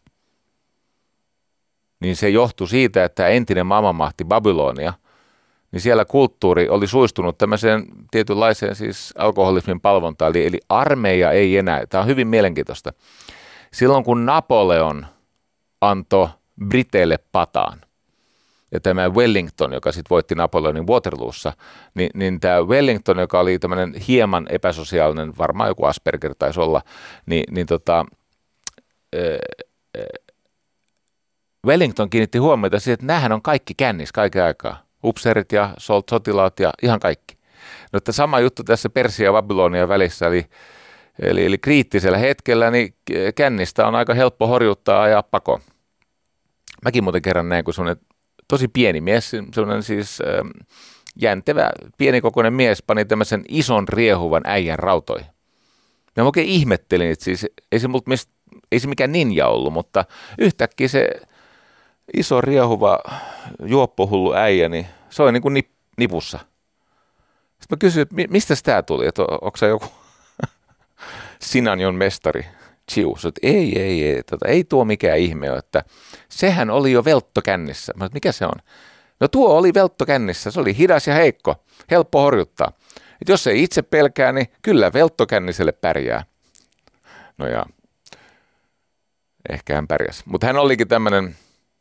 niin se johtui siitä, että entinen maailmanmahti Babylonia, niin siellä kulttuuri oli suistunut tämmöiseen tietynlaiseen siis alkoholismin palvontaan, eli, eli armeija ei enää. Tämä on hyvin mielenkiintoista. Silloin kun Napoleon antoi Briteille pataan, ja tämä Wellington, joka sitten voitti Napoleonin Waterloossa, niin, niin tämä Wellington, joka oli tämmöinen hieman epäsosiaalinen, varmaan joku Asperger taisi olla, niin, niin tota, äh, Wellington kiinnitti huomiota siihen, että näähän on kaikki kännissä kaiken aikaa. Upseerit ja sotilaat ja ihan kaikki. No, että sama juttu tässä Persia ja Babylonia välissä, eli, eli, eli kriittisellä hetkellä, niin kännistä on aika helppo horjuttaa ja pakoon. Mäkin muuten kerran näin, kun semmoinen tosi pieni mies, semmoinen siis ähm, jäntevä, pienikokoinen mies pani tämmöisen ison riehuvan äijän rautoihin. Mä oikein ihmettelin, että siis ei se, mist, ei se mikään ninja ollut, mutta yhtäkkiä se iso riehuva juoppohullu äijä, niin se oli niin kuin nip, nipussa. Sitten mä kysyin, että mistä tämä tuli, että onko se joku Sinanjon mestari, Chiu? Että ei, ei, ei, tota, ei tuo mikään ihme ole, että sehän oli jo veltto kännissä. Mä sanoin, mikä se on? No tuo oli veltto kännissä, se oli hidas ja heikko, helppo horjuttaa. Et jos ei itse pelkää, niin kyllä veltto känniselle pärjää. No ja, ehkä hän pärjäsi. Mutta hän olikin tämmöinen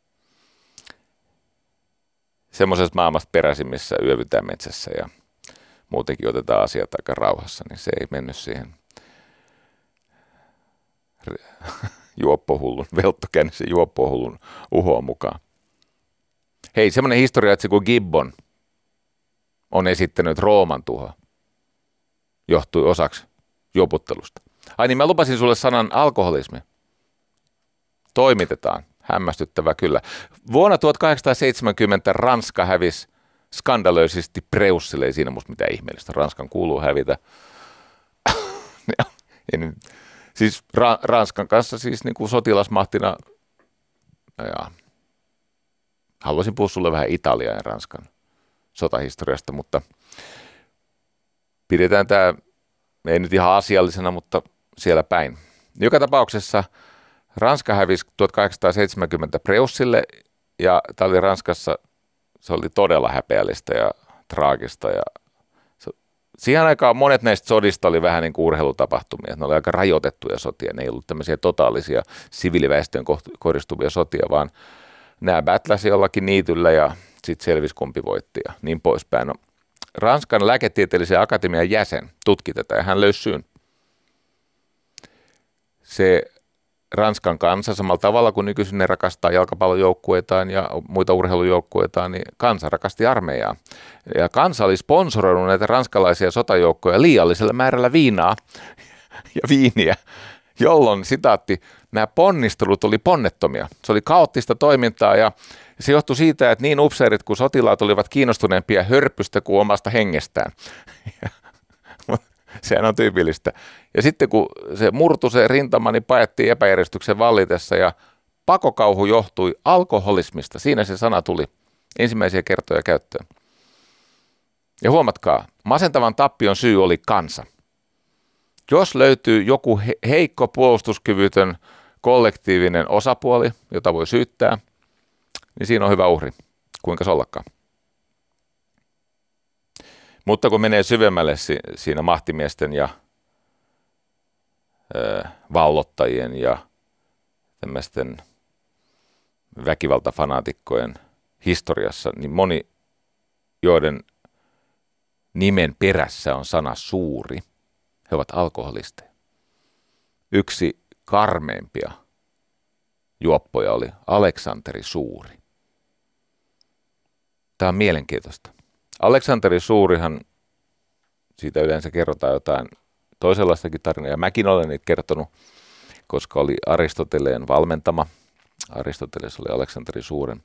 semmoisesta maailmasta peräisin, missä yövytään metsässä ja muutenkin otetaan asiat aika rauhassa, niin se ei mennyt siihen juoppohullun, velttokäännisen juoppohullun uhoon mukaan. Hei, semmoinen historia, että se kun Gibbon on esittänyt Rooman tuho, johtui osaksi juoputtelusta. Ai niin, mä lupasin sulle sanan alkoholismi. Toimitetaan. hämmästyttävä kyllä. Vuonna tuhatkahdeksansataaseitsemänkymmentä Ranska hävisi skandalöisesti Preussille, ei siinä musta mitään ihmeellistä. Ranskan kuuluu hävitä. Siis Ra- Ranskan kanssa siis niin kuin sotilasmahtina, ja haluaisin puhua sulle vähän Italian ja Ranskan sotahistoriasta, mutta pidetään tämä, ei nyt ihan asiallisena, mutta siellä päin. Joka tapauksessa Ranska hävisi tuhatkahdeksansataaseitsemänkymmentä Preussille, ja tämä oli Ranskassa, se oli todella häpeällistä ja traagista, ja siihen aikaan monet näistä sodista oli vähän niin kuin urheilutapahtumia. Ne oli aika rajoitettuja sotia. Ne ei ollut tämmöisiä totaalisia siviiliväestöön kohdistuvia sotia, vaan nämä battläsi jollakin niityllä ja sitten selvisi kumpi voitti ja niin poispäin. No, Ranskan lääketieteellisen akatemian jäsen tutki tätä ja hän löysi syyn. Se Ranskan kansa samalla tavalla kuin nykyisin ne rakastaa jalkapallojoukkueitaan ja muita urheilujoukkueitaan, niin kansa rakasti armeijaa. Ja kansa oli sponsoroinut näitä ranskalaisia sotajoukkoja liiallisella määrällä viinaa ja viiniä, jolloin, sitaatti, nämä ponnistelut oli ponnettomia. Se oli kaoottista toimintaa ja se johtui siitä, että niin upseerit kuin sotilaat olivat kiinnostuneempia hörpystä kuin omasta hengestään. Sehän on tyypillistä. Ja sitten kun se murtui se rintama, niin paettiin epäjärjestyksen vallitessa ja pakokauhu johtui alkoholismista. Siinä se sana tuli ensimmäisiä kertoja käyttöön. Ja huomatkaa, masentavan tappion syy oli kansa. Jos löytyy joku heikko puolustuskyvytön kollektiivinen osapuoli, jota voi syyttää, niin siinä on hyvä uhri. Kuinka ollakaan. Mutta kun menee syvemmälle siinä mahtimiesten ja ö, vallottajien ja tämmöisten väkivaltafanaatikkojen historiassa, niin moni, joiden nimen perässä on sana suuri, he ovat alkoholisteja. Yksi karmeimpia juoppoja oli Aleksanteri Suuri. Tämä on mielenkiintoista. Aleksanteri Suurihan, siitä yleensä kerrotaan jotain toisenlaistakin tarinaa, ja mäkin olen niitä kertonut, koska oli Aristoteleen valmentama. Aristoteles oli Aleksanteri Suuren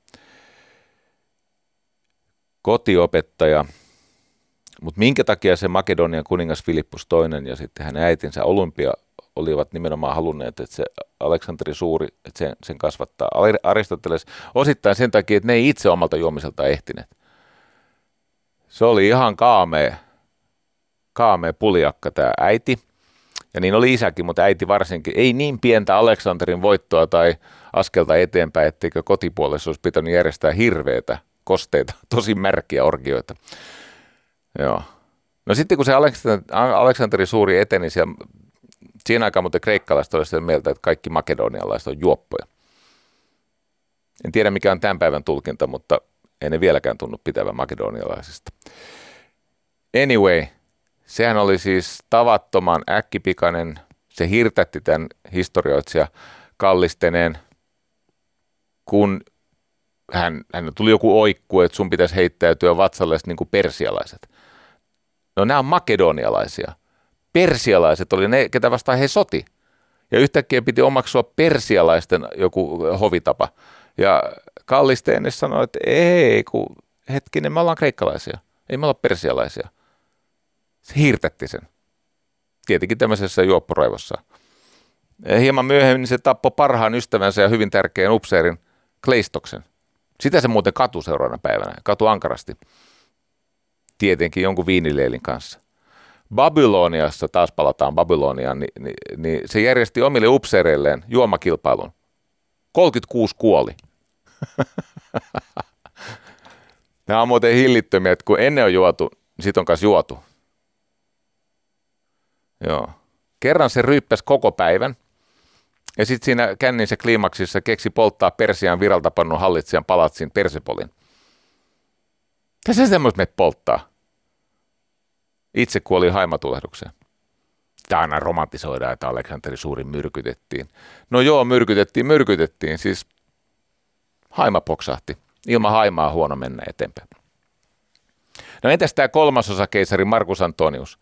kotiopettaja, mutta minkä takia se Makedonian kuningas Filippus toinen ja sitten hänen äitinsä Olympia olivat nimenomaan halunneet, että se Aleksanteri Suuri, että sen, sen kasvattaa Aristoteles osittain sen takia, että ne ei itse omalta juomiseltaan ehtineet. Se oli ihan kaamea, kaamea puljakka tämä äiti, ja niin oli isäkin, mutta äiti varsinkin. Ei niin pientä Aleksanterin voittoa tai askelta eteenpäin, etteikö kotipuolessa olisi pitänyt järjestää hirveitä kosteita, tosi märkiä orgioita. Joo. No sitten kun se Aleksanteri Suuri eteni, siellä, siinä aikaan muuten kreikkalaiset oli sitä mieltä, että kaikki makedonialaiset on juoppoja. En tiedä mikä on tämän päivän tulkinta, mutta ei ne vieläkään tunnu pitävän makedonialaisista. Anyway, sehän oli siis tavattoman äkkipikainen, se hirtätti tämän historioitsija Kallisteneen, kun hän, hän tuli joku oikku, että sun pitäisi heittäytyä vatsalle niin kuin persialaiset. No nämä on makedonialaisia. Persialaiset oli ne, ketä vastaan he soti. Ja yhtäkkiä piti omaksua persialaisten joku hovitapa. Ja Kallisteinen sanoi, että ei, kun hetkinen, me ollaan kreikkalaisia. Ei me olla persialaisia. Se hirtätti sen. Tietenkin tämmöisessä juopporaivossa. Ja hieman myöhemmin se tappoi parhaan ystävänsä ja hyvin tärkeän upseerin Kleistoksen. Sitä se muuten katu seuraavana päivänä. Katu ankarasti. Tietenkin jonkun viinileilin kanssa. Babyloniassa, taas palataan Babyloniaan, niin, niin, niin se järjesti omille upseereilleen juomakilpailun. kolmekymmentäkuusi kuoli. Nämä on muuten hillittömiä, että kun ennen on juotu, niin sit on kanssa juotu. Joo. Kerran se ryyppäsi koko päivän. Ja sitten siinä kännin se kliimaksissa keksi polttaa Persian viralta pannun hallitsijan palatsin Persepolin. Tässä se semmoista me polttaa. Itse kuoli haimatulehdukseen. Tämä aina romantisoidaan, että Aleksanteri Suuri myrkytettiin. No joo, myrkytettiin, myrkytettiin. Siis haima poksahti. Ilman haimaa huono mennä eteenpäin. No entäs tämä kolmasosa keisari Markus Antonius?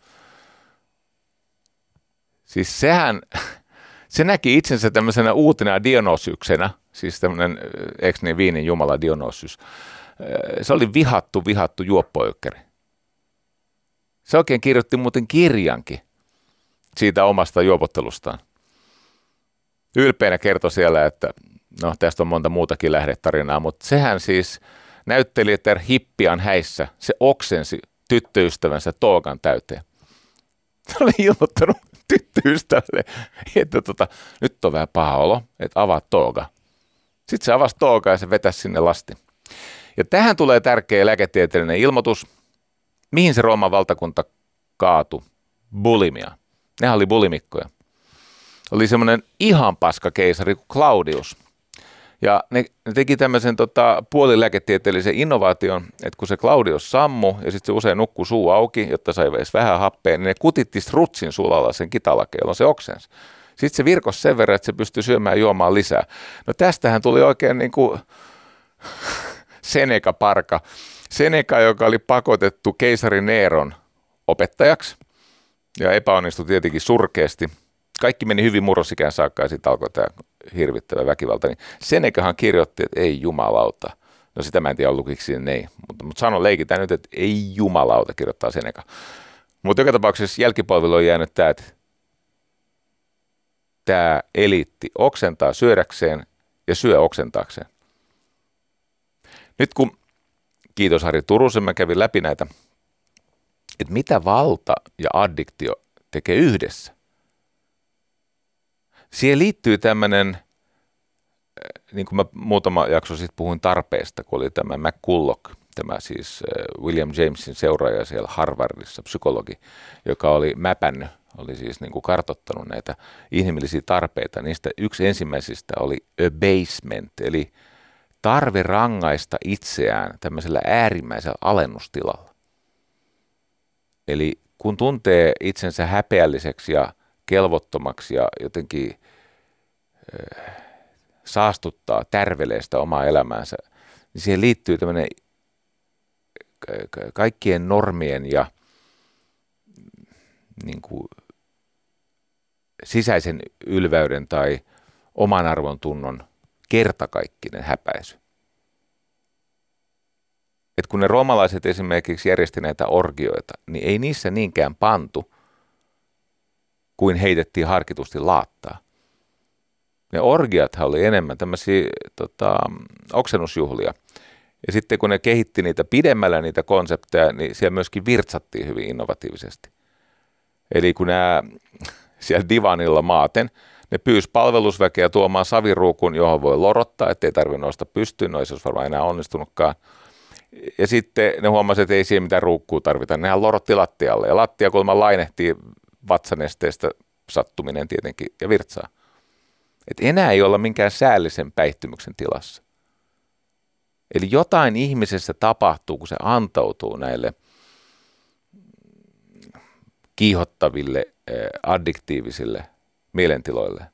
Siis sehän, se näki itsensä tämmöisenä uutena Dionysyksenä, siis tämmöinen, eikö niin, viinin jumala Dionysus. Se oli vihattu, vihattu juoppoökkäri. Se oikein kirjoitti muuten kirjankin siitä omasta juopottelustaan. Ylpeänä kertoi siellä, että no tästä on monta muutakin lähdetarinaa, mutta sehän siis näytteli, että hippian häissä se oksensi tyttöystävänsä toogan täyteen. Se oli ilmoittanut tyttöystävälle, että tota, nyt on vähän paha olo, että avaa tooga. Sitten se avasi tooga ja se vetäisi sinne lasti. Ja tähän tulee tärkeä lääketieteellinen ilmoitus. Mihin se Rooman valtakunta kaatui? Bulimia. Nehän oli bulimikkoja. Oli semmoinen ihan paska keisari kuin Claudius. Ja ne, ne teki tämmöisen tota, puolilääketieteellisen innovaation, että kun se Claudius sammui ja sitten se usein nukkui suu auki, jotta sai edes vähän happea, niin ne kutitti strutsin sulalla sen kitalakeilla, se oksensi. Sitten se virkosi sen verran, että se pystyi syömään ja juomaan lisää. No tästähän tuli oikein niin kuin Seneca-parka. Seneca, joka oli pakotettu keisari Neron opettajaksi ja epäonnistui tietenkin surkeasti. Kaikki meni hyvin murrosikään saakka ja sitten alkoi tämä hirvittävä väkivalta. Niin Senecahan kirjoitti, että ei jumalauta. No sitä mä en tiedä lukiksi siinä ei, mutta, mutta sanon leikitään nyt, että ei jumalauta, kirjoittaa Seneca. Mutta joka tapauksessa jälkipolville on jäänyt tämä, että tämä eliitti oksentaa syödäkseen ja syö oksentaakseen. Nyt kun, kiitos Harri Turusen, mä kävin läpi näitä, että mitä valta ja addiktio tekee yhdessä. Siihen liittyy tämmöinen, niin kuin mä muutama jakso sitten puhuin tarpeesta, kun oli tämä McCulloch, tämä siis William Jamesin seuraaja siellä Harvardissa, psykologi, joka oli mäpännyt, oli siis niin kuin kartoittanut näitä inhimillisiä tarpeita. Niistä yksi ensimmäisistä oli abasement, eli tarve rangaista itseään tämmöisellä äärimmäisellä alennustilalla. Eli kun tuntee itsensä häpeälliseksi ja kelvottomaksi ja jotenkin äh, saastuttaa, tärvelee sitä omaa elämäänsä, niin siihen liittyy tämmöinen kaikkien normien ja niin kuin, sisäisen ylväyden tai oman arvon tunnon kertakaikkinen häpäisy. Et kun ne roomalaiset esimerkiksi järjesti näitä orgioita, niin ei niissä niinkään pantu, kuin heitettiin harkitusti laattaa. Ne orgiathan oli enemmän tämmöisiä tota, oksennusjuhlia. Ja sitten kun ne kehitti niitä pidemmällä niitä konsepteja, niin siellä myöskin virtsattiin hyvin innovatiivisesti. Eli kun nämä siellä divanilla maaten, ne pyysi palvelusväkeä tuomaan saviruukun, johon voi lorottaa, ettei tarvitse nousta pystyyn, no ei se olisi varmaan enää onnistunutkaan. Ja sitten ne huomasivat, että ei siihen mitään ruukkua tarvita. Nehän lorotti lattialle ja lattia kulma lainehtii vatsanesteestä sattuminen tietenkin ja virtsaa. Et enää ei olla minkään säällisen päihtymyksen tilassa. Eli jotain ihmisessä tapahtuu, kun se antautuu näille kiihottaville, addiktiivisille mielentiloille.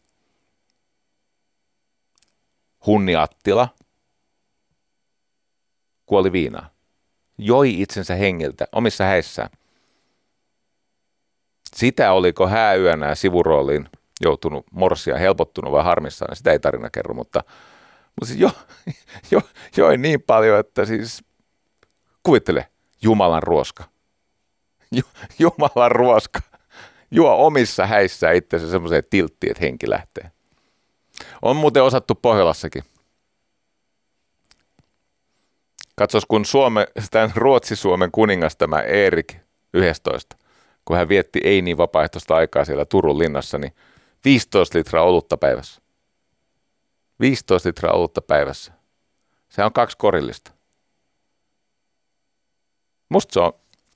Hunni Attila kuoli viinaan. Joi itsensä hengiltä omissa häissään. Sitä oliko hääyönä sivurooliin joutunut morsia, helpottunut vai harmissaan, sitä ei tarina kerro, mutta, mutta siis jo, jo, joi niin paljon, että siis kuvittele, Jumalan ruoska. Ju, Jumalan ruoska. Juo omissa häissään itsensä semmoiseen tilttiin, että henki lähtee. On muuten osattu Pohjolassakin. Katsos, kun Suome, tämän Ruotsi-Suomen kuningas tämä Erik yksitoista, kun hän vietti ei niin vapaaehtoista aikaa siellä Turun linnassa, niin viisitoista litraa olutta päivässä. viisitoista litraa olutta päivässä. Se on kaksi korillista. Musta se on.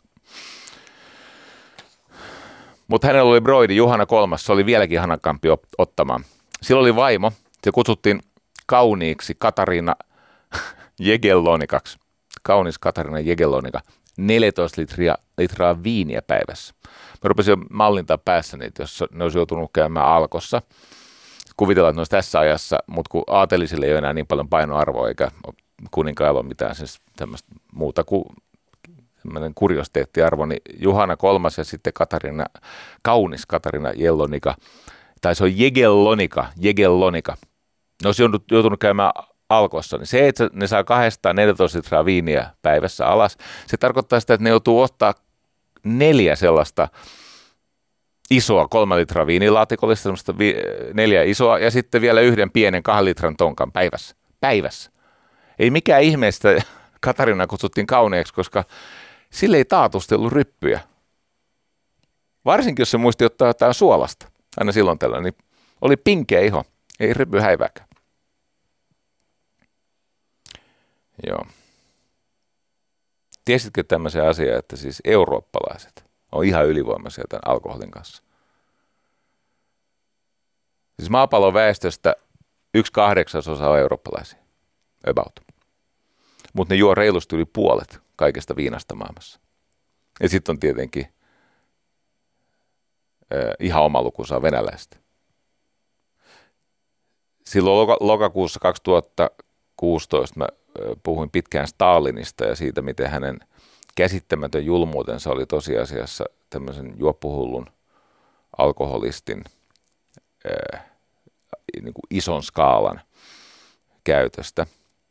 Mutta hänellä oli broidi Juhana kolmas, se oli vieläkin hanakampi ottamaan. Sillä oli vaimo, se kutsuttiin kauniiksi Katariina Jegellonikaksi. Kaunis Katariina Jegellonika. neljätoista litraa, litraa viiniä päivässä. Mä rupesin jo mallintaa päässä niitä, jos ne olisi joutunut käymään Alkossa. Kuvitellaan, että ne olisi tässä ajassa, mutta kun aatelisille ei ole enää niin paljon painoarvoa, eikä kuninkailla ole mitään siis tämmöistä muuta kuin tämmöinen kuriositeettiarvo, niin Juhana kolmas ja sitten Katariina, kaunis Katariina Jellonika, tai se on Jegellonika, Jegellonika. ne olisi joutunut käymään Alkossa, niin se, että ne saa kaksisataaneljätoista litraa viiniä päivässä alas, se tarkoittaa sitä, että ne joutuu ottaa neljä sellaista isoa kolme litraa viinilaatikollista, semmoista vi- neljä isoa, ja sitten vielä yhden pienen kahden litran tonkan päivässä. Päivässä. Ei mikään ihmeestä Katarina kutsuttiin kauneeksi, koska sille ei taatusti ollut ryppyjä. Varsinkin, jos se muisti ottaa jotain suolasta, aina silloin tällä, niin oli pinkeä iho, ei ryppy häivääkään. Joo. Tiesitkö tämmöisen asian, että siis eurooppalaiset on ihan ylivoimaisia tämän alkoholin kanssa? Siis maapallon väestöstä yksi kahdeksasosa on eurooppalaisia, about. Mutta ne juo reilusti yli puolet kaikesta viinasta maailmassa. Ja sitten on tietenkin äh, ihan oma lukunsa venäläistä. Silloin loka- lokakuussa kaksituhattakuusitoista mä äh, puhuin pitkään Stalinista ja siitä, miten hänen käsittämätön julmuutensa oli tosiasiassa tämmöisen juoppuhullun alkoholistin äh, niin kuin ison skaalan käytöstä.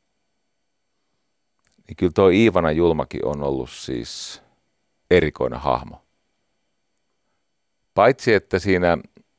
Niin kyllä tuo Iivana Julmaki on ollut siis erikoinen hahmo. Paitsi, että siinä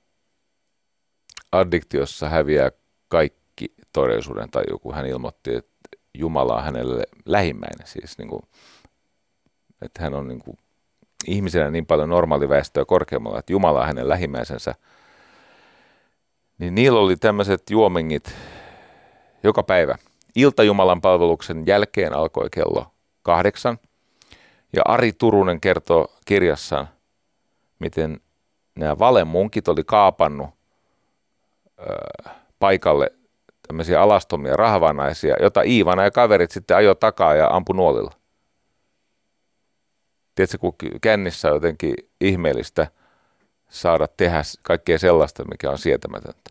addiktiossa häviää kaikki todellisuuden taju, kun hän ilmoitti, että Jumala on hänelle lähimmäinen. Siis niin kuin, että hän on niin kuin ihmisenä niin paljon normaaliväestöä korkeammalla, että Jumala on hänen lähimmäisensä. Niin niillä oli tämmöiset juomingit joka päivä. Iltajumalan palveluksen jälkeen alkoi kello kahdeksan. Ja Ari Turunen kertoo kirjassaan, miten nämä valemunkit oli kaapannut ö, paikalle tämmöisiä alastomia rahvanaisia, jota Iivana ja kaverit sitten ajoi takaa ja ampui nuolilla. Tiedätkö, kun kännissä on jotenkin ihmeellistä saada tehdä kaikkea sellaista, mikä on sietämätöntä.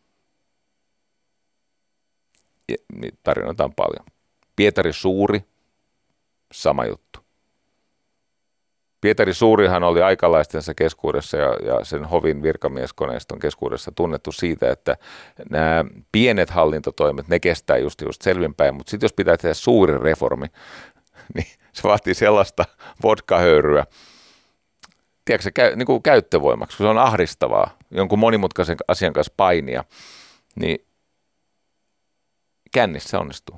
Ja, niin tarinoita on paljon. Pietari Suuri, sama juttu. Pietari Suurihan oli aikalaistensa keskuudessa ja, ja sen hovin virkamieskoneiston keskuudessa tunnettu siitä, että nämä pienet hallintotoimet, ne kestää just, just selvinpäin, mutta sitten jos pitää tehdä suuri reformi, niin se vaatii sellaista vodkahöyryä, tiedätkö se käy, niin kuin käyttövoimaksi, kun se on ahdistavaa, jonkun monimutkaisen asian kanssa painia, niin kännissä onnistuu.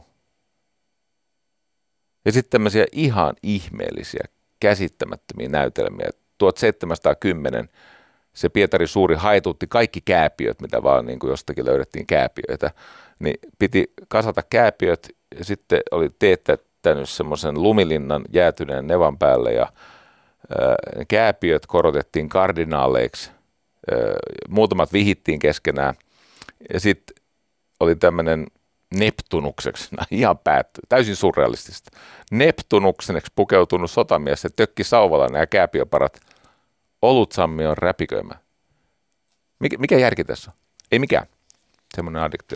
Ja sitten tämmöisiä ihan ihmeellisiä, käsittämättömiä näytelmiä. tuhatseitsemänsataakymmenen se Pietari Suuri haitutti kaikki kääpiöt, mitä vaan niin kuin jostakin löydettiin kääpiöitä, niin piti kasata kääpiöt ja sitten oli teettänyt semmoisen lumilinnan jäätyneen nevan päälle ja ää, kääpiöt korotettiin kardinaaleiksi, ää, muutamat vihittiin keskenään ja sitten oli tämmöinen Neptunukseksi, no ihan päättyy, täysin surrealistista. Neptunukseneksi pukeutunut sotamies, se tökki sauvalla nämä kääpiöparat olutsammi on räpiköimään. Mikä, mikä järki tässä on? Ei mikään. Semmoinen addiktio.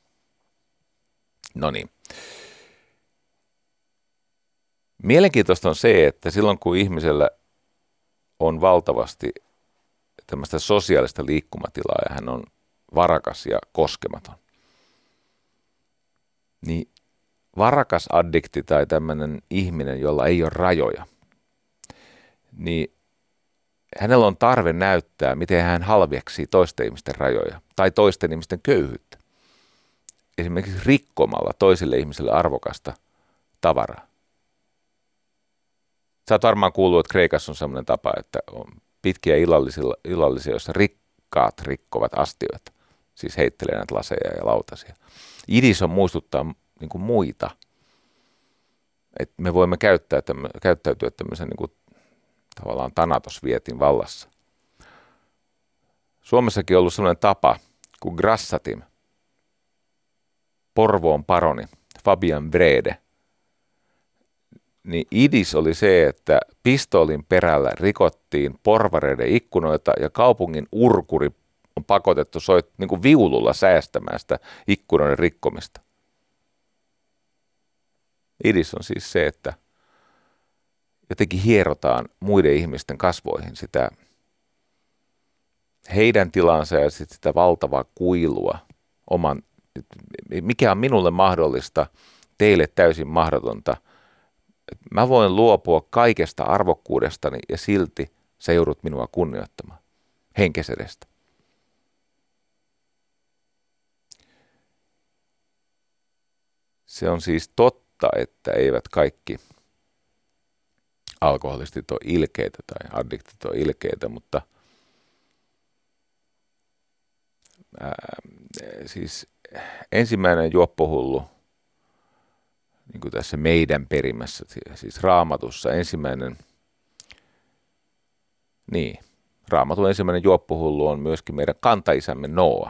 No niin. Mielenkiintoista on se, että silloin kun ihmisellä on valtavasti tämmöistä sosiaalista liikkumatilaa ja hän on varakas ja koskematon, niin varakas addikti tai tämmöinen ihminen, jolla ei ole rajoja, niin hänellä on tarve näyttää, miten hän halveksii toisten ihmisten rajoja tai toisten ihmisten köyhyyttä. Esimerkiksi rikkomalla toisille ihmisille arvokasta tavaraa. Sä oot varmaan kuullut, että Kreikassa on sellainen tapa, että on pitkiä illallisia, joissa rikkaat rikkovat astioita. Siis heittelee näitä laseja ja lautasia. Idis on muistuttaa niin kuin muita, että me voimme käyttää tämmö, käyttäytyä tämmöisen niin kuin, tavallaan Thanatos-vietin vallassa. Suomessakin on ollut sellainen tapa kuin Grassatim, Porvoon paroni, Fabian Vrede. Niin idis oli se, että pistoolin perällä rikottiin porvareiden ikkunoita ja kaupungin urkuri on pakotettu soit, niin kuin viululla säästämään sitä ikkunoiden rikkomista. Idis on siis se, että jotenkin hierotaan muiden ihmisten kasvoihin sitä heidän tilansa ja sit sitä valtavaa kuilua oman mikä on minulle mahdollista, teille täysin mahdotonta. Mä voin luopua kaikesta arvokkuudestani ja silti sä joudut minua kunnioittamaan henkesedestä. Se on siis totta, että eivät kaikki alkoholistit ole ilkeitä tai addiktit ole ilkeitä, mutta ää, siis ensimmäinen juoppohullu, niin kuin tässä meidän perimässä, siis Raamatussa ensimmäinen, niin, Raamatun ensimmäinen juoppohullu on myöskin meidän kantaisämme Nooa.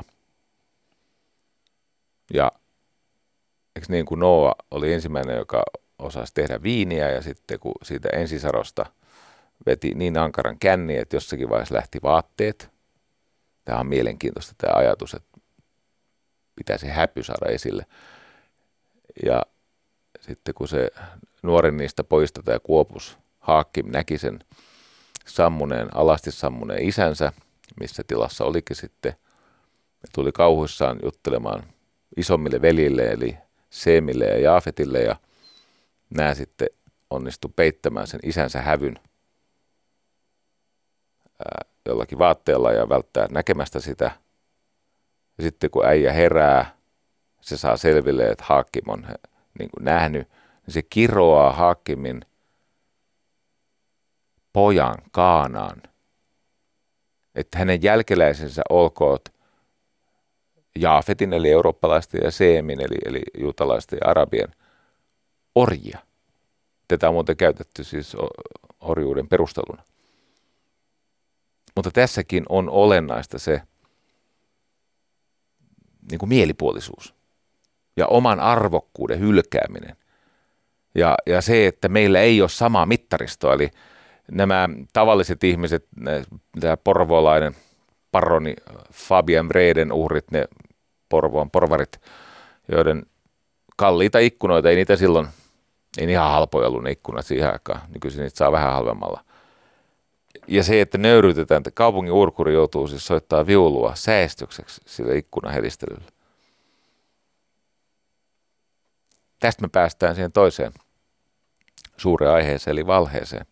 Ja eikö niin kuin Nooa oli ensimmäinen, joka osasi tehdä viiniä ja sitten kun siitä ensisarosta veti niin ankaran känni, että jossakin vaiheessa lähti vaatteet. Tämä on mielenkiintoista tämä ajatus, että pitäisi häpy saada esille. Ja sitten kun se nuorin niistä pojista tämä Kuopus Haakkim näki sen sammuneen, alasti sammuneen isänsä, missä tilassa olikin sitten, ja tuli kauhuissaan juttelemaan isommille veljille, eli Seemille ja Jaafetille, ja nämä sitten onnistui peittämään sen isänsä hävyn ää, jollakin vaatteella ja välttää näkemästä sitä. Ja sitten kun äijä herää, se saa selville, että Haakkim on niin kuin nähnyt, niin se kiroaa Haakkimin pojan Kaanaan, että hänen jälkeläisensä olkoot Jaafetin eli eurooppalaisten ja Seemin eli, eli juutalaisten ja arabien orjia. Tätä on muuten käytetty siis orjuuden perusteluna. Mutta tässäkin on olennaista se niin kuin mielipuolisuus ja oman arvokkuuden hylkääminen. Ja, ja se, että meillä ei ole samaa mittaristoa, eli nämä tavalliset ihmiset, tämä porvoolainen paroni Fabian Breden uhrit, ne Porvoon porvarit, joiden kalliita ikkunoita, ei niitä silloin, ei ihan halpoja ollut ne ikkunat siihen aikaan, nykyisin niitä saa vähän halvemmalla. Ja se, että nöyrytetään, että kaupungin urkuri joutuu siis soittaa viulua säästykseksi sille ikkunahelistelylle. Tästä me päästään siihen toiseen suureen aiheeseen, eli valheeseen.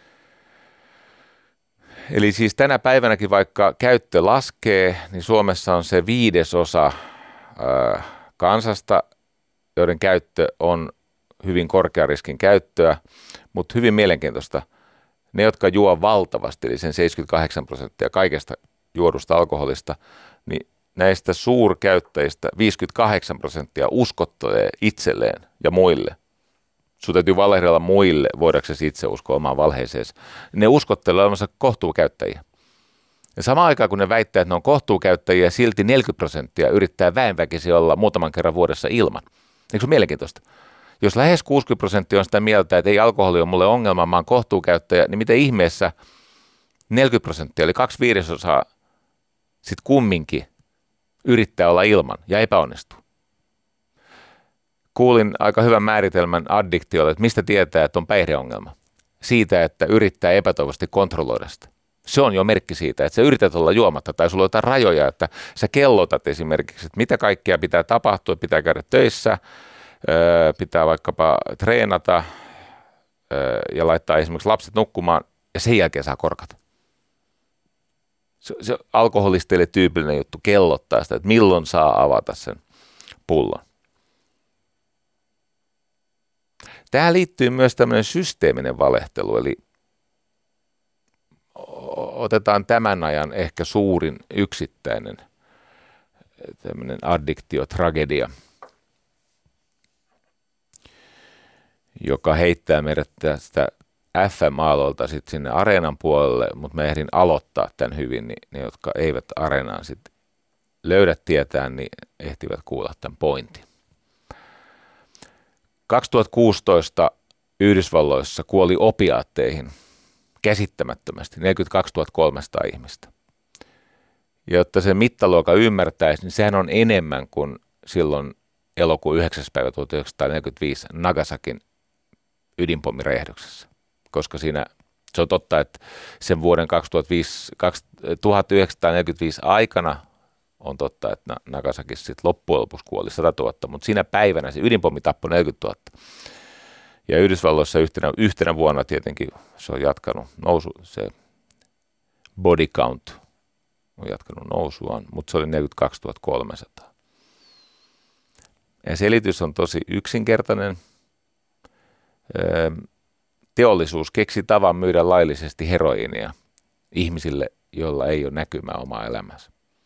Eli siis tänä päivänäkin, vaikka käyttö laskee, niin Suomessa on se viidesosa ää, kansasta, joiden käyttö on hyvin korkean riskin käyttöä, mutta hyvin mielenkiintoista. Ne, jotka juo valtavasti, eli sen seitsemänkymmentäkahdeksan prosenttia kaikesta juodusta alkoholista, niin näistä suurkäyttäjistä viisikymmentäkahdeksan prosenttia uskottelee itselleen ja muille. Sun täytyy valehdella muille, voidaksesi itse uskoa omaan valheeseesi. Ne uskottelee olevansa kohtuukäyttäjiä. Ja samaan aikaan, kun ne väittää, että ne on kohtuukäyttäjiä, silti neljäkymmentä prosenttia yrittää väenväkisin olla muutaman kerran vuodessa ilman. Eikö se ole mielenkiintoista? Jos lähes kuusikymmentä prosenttia on sitä mieltä, että ei alkoholi ole mulle ongelma, mä oon kohtuukäyttäjä, niin miten ihmeessä neljäkymmentä prosenttia, eli kaksi viidesosaa, sitten kumminkin yrittää olla ilman ja epäonnistuu. Kuulin aika hyvän määritelmän addiktiolle, että mistä tietää, että on päihdeongelma. Siitä, että yrittää epätoivoisesti kontrolloida sitä. Se on jo merkki siitä, että sä yrität olla juomatta tai sulla on jotain rajoja, että sä kellotat esimerkiksi, että mitä kaikkea pitää tapahtua, pitää käydä töissä, pitää vaikkapa treenata ja laittaa esimerkiksi lapset nukkumaan ja sen jälkeen saa korkata. Se, se alkoholisteille tyypillinen juttu kellottaa sitä, että milloin saa avata sen pullon. Tähän liittyy myös tämmöinen systeeminen valehtelu, eli otetaan tämän ajan ehkä suurin yksittäinen tämmöinen addiktiotragedia, joka heittää meidät tästä F M-aallolta sitten sinne areenan puolelle, mutta mä ehdin aloittaa tämän hyvin, niin ne, jotka eivät areenaan sitten löydä tietään, niin ehtivät kuulla tämän pointin. kaksituhattakuusitoista Yhdysvalloissa kuoli opiaatteihin käsittämättömästi neljäkymmentäkaksituhatta ihmistä. Ja jotta se mittaluokan ymmärtäisi, niin sehän on enemmän kuin silloin elokuun yhdeksäs päivä tuhatyhdeksänsataaneljäkymmentäviisi Nagasakin ydinpommiräjähdyksessä. Koska siinä se on totta, että sen vuoden kaksituhattaviisi, tuhatyhdeksänsataaneljäkymmentäviisi aikana on totta, että Nagasakissa sitten loppujen lopuksi kuoli sata tuhatta, mutta siinä päivänä se ydinpommi tappoi neljäkymmentätuhatta. Ja Yhdysvalloissa yhtenä, yhtenä vuonna tietenkin se on jatkanut nousu, se body count on jatkanut nousuaan, mutta se oli neljäkymmentäkaksituhattakolmesataa. Ja selitys on tosi yksinkertainen. Teollisuus keksi tavan myydä laillisesti heroiinia ihmisille, joilla ei ole näkymää omaa elämänsä.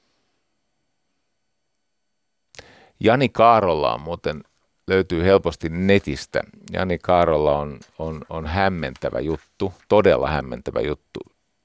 Jani Kaarolla on muuten, löytyy helposti netistä. Jani Kaarolla on, on, on hämmentävä juttu, todella hämmentävä juttu.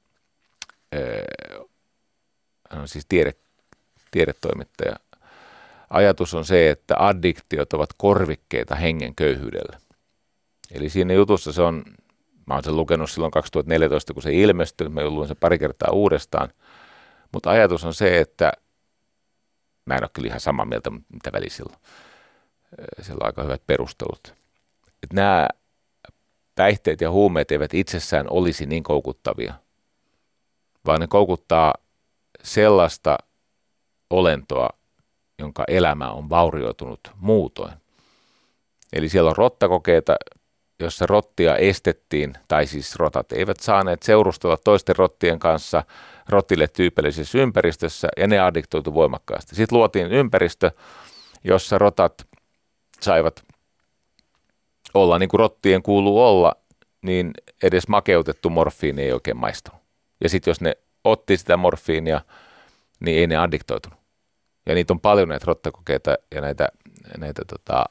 Hän on siis tiede, tiedetoimittaja. Ajatus on se, että addiktiot ovat korvikkeita hengen köyhyydelle. Eli siinä jutussa se on, mä oon sen lukenut silloin kaksituhattaneljätoista, kun se ilmestyi, mä luin sen pari kertaa uudestaan, mutta ajatus on se, että mä en ole kyllä ihan samaa mieltä, mitä väliä silloin. Siellä on aika hyvät perustelut. Että nämä päihteet ja huumeet eivät itsessään olisi niin koukuttavia, vaan ne koukuttaa sellaista olentoa, jonka elämä on vaurioitunut muutoin. Eli siellä on rottakokeita, jossa rottia estettiin, tai siis rotat eivät saaneet seurustella toisten rottien kanssa rottille tyypillisessä ympäristössä, ja ne addiktoitu voimakkaasti. Sitten luotiin ympäristö, jossa rotat saivat olla niin kuin rottien kuuluu olla, niin edes makeutettu morfiini ei oikein maistunut. Ja sitten jos ne otti sitä morfiinia, niin ei ne addiktoitunut. Ja niitä on paljon näitä rottakokeita ja näitä, näitä tota,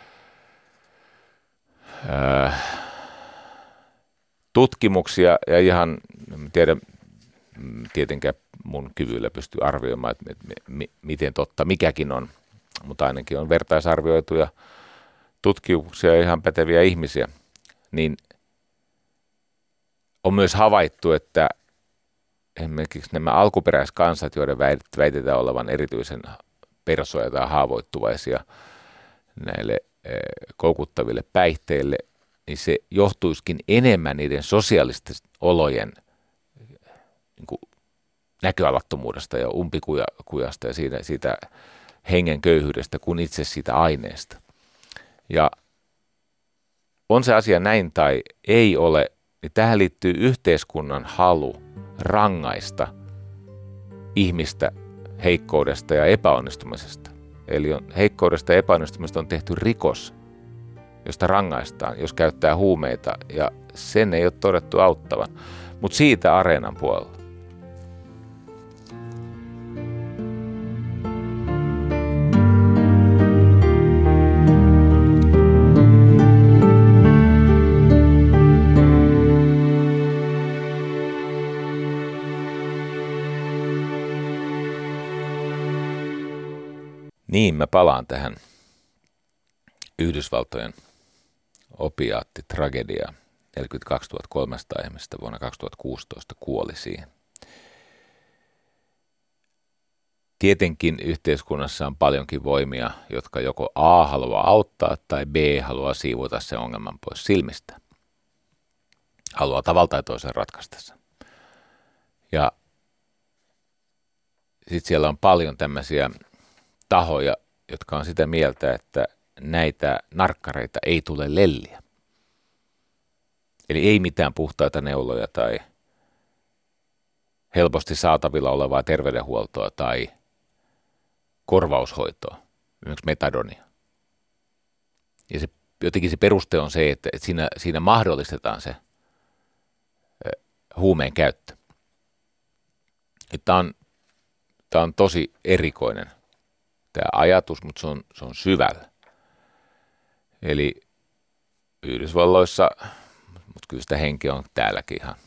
ää, tutkimuksia, ja ihan, en tiedä, tietenkään mun kyvyllä pystyy arvioimaan, että, että, että miten totta mikäkin on, mutta ainakin on vertaisarvioituja tutkimuksia ja ihan päteviä ihmisiä, niin on myös havaittu, että esimerkiksi nämä alkuperäiskansat, joiden väitetään olevan erityisen persoja tai haavoittuvaisia näille koukuttaville päihteille, niin se johtuisikin enemmän niiden sosiaalisten olojen niin kuin näköalattomuudesta ja umpikujasta ja siitä, siitä hengen köyhyydestä kuin itse siitä aineesta. Ja on se asia näin tai ei ole, niin tähän liittyy yhteiskunnan halu rangaista ihmistä heikkoudesta ja epäonnistumisesta. Eli on, heikkoudesta ja epäonnistumisesta on tehty rikos, josta rangaistaan, jos käyttää huumeita, ja sen ei ole todettu auttavan. Mutta siitä Areenan puolella. Niin, mä palaan tähän Yhdysvaltojen opiaattitragediaan. neljäkymmentäkaksituhattakolmesataa ihmistä vuonna kaksituhattakuusitoista kuoli siihen. Tietenkin yhteiskunnassa on paljonkin voimia, jotka joko A haluaa auttaa tai B haluaa siivota sen ongelman pois silmistä. Haluaa tavalla tai toisen ratkaista sen. Ja sitten siellä on paljon tämmöisiä tahoja, jotka on sitä mieltä, että näitä narkkareita ei tule lelliä. Eli ei mitään puhtaita neuloja tai helposti saatavilla olevaa terveydenhuoltoa tai korvaushoitoa, esimerkiksi metadonia. Ja se, jotenkin se peruste on se, että, että siinä, siinä mahdollistetaan se huumeen käyttö. Tämä on, tämä on tosi erikoinen tämä ajatus, mutta se on, se on syvällä. Eli Yhdysvalloissa, mutta kyllä sitä henkeä on täälläkin ihan.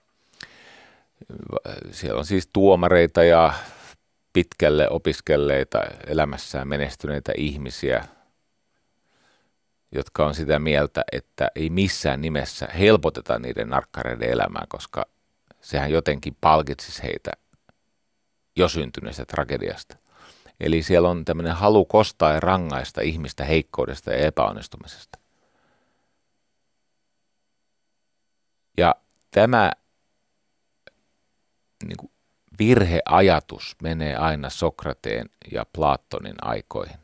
Siellä on siis tuomareita ja pitkälle opiskelleita, elämässään menestyneitä ihmisiä, jotka on sitä mieltä, että ei missään nimessä helpoteta niiden narkkareiden elämää, koska sehän jotenkin palkitsisi heitä jo syntyneestä tragediasta. Eli siellä on tämmöinen halu kostaa ja rangaista ihmistä heikkoudesta ja epäonnistumisesta. Ja tämä niin kuin virheajatus menee aina Sokrateen ja Platonin aikoihin.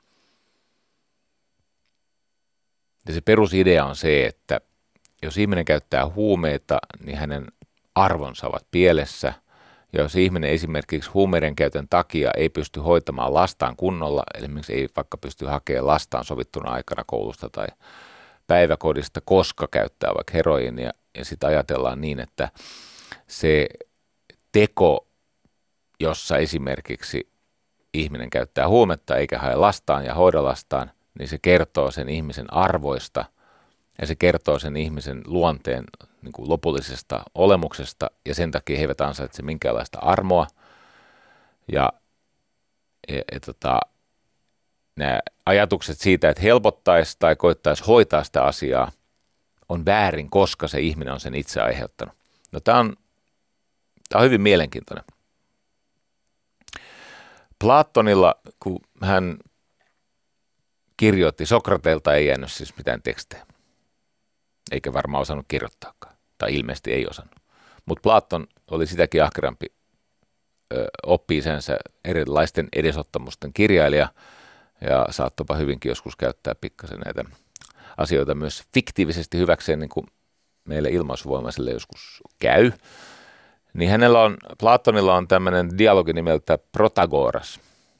Ja se perusidea on se, että jos ihminen käyttää huumeita, niin hänen arvonsa ovat pielessä. Ja jos ihminen esimerkiksi huumeiden käytön takia ei pysty hoitamaan lastaan kunnolla, eli miksi ei vaikka pysty hakemaan lastaan sovittuna aikana koulusta tai päiväkodista, koska käyttää vaikka heroiinia, ja sitten ajatellaan niin, että se teko, jossa esimerkiksi ihminen käyttää huumetta eikä hae lastaan ja hoida lastaan, niin se kertoo sen ihmisen arvoista ja se kertoo sen ihmisen luonteen niin kuin lopullisesta olemuksesta, ja sen takia he eivät ansaitse minkäänlaista armoa. Ja, ja, ja tota, nämä ajatukset siitä, että helpottaisi tai koittaisi hoitaa sitä asiaa, on väärin, koska se ihminen on sen itse aiheuttanut. No tämä on, tämä on hyvin mielenkiintoinen. Platonilla, kun hän kirjoitti, Sokrateelta ei jäänyt siis mitään tekstejä, eikä varmaan osannut kirjoittaakaan, tai ilmeisesti ei osannut. Mutta Platon oli sitäkin ahkerampi oppi-isänsä erilaisten edesottamusten kirjailija, ja saattoipa hyvinkin joskus käyttää pikkasen näitä asioita myös fiktiivisesti hyväkseen, niin kuin meille ilmaisuvoimaiselle joskus käy. Niin hänellä on, Platonilla on tämmöinen dialogi nimeltä Protagoras.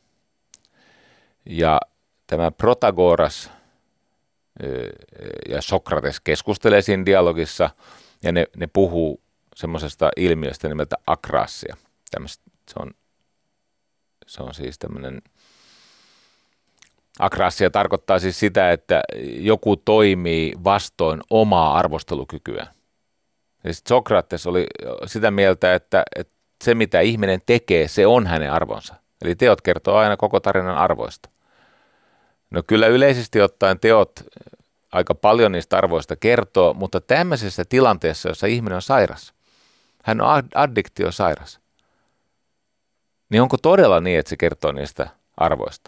Ja tämä Protagoras ja Sokrates keskustelee siinä dialogissa, ja ne, ne puhuu semmoisesta ilmiöstä nimeltä akrassia. Tämmöistä, se, on, se on siis tämmöinen, akrassia tarkoittaa siis sitä, että joku toimii vastoin omaa arvostelukykyään. Ja sitten Sokrates oli sitä mieltä, että, että se mitä ihminen tekee, se on hänen arvonsa. Eli teot kertoo aina koko tarinan arvoista. No kyllä yleisesti ottaen teot aika paljon niistä arvoista kertoo, mutta tämmöisessä tilanteessa, jossa ihminen on sairas, hän on addiktiosairas, niin onko todella niin, että se kertoo niistä arvoista?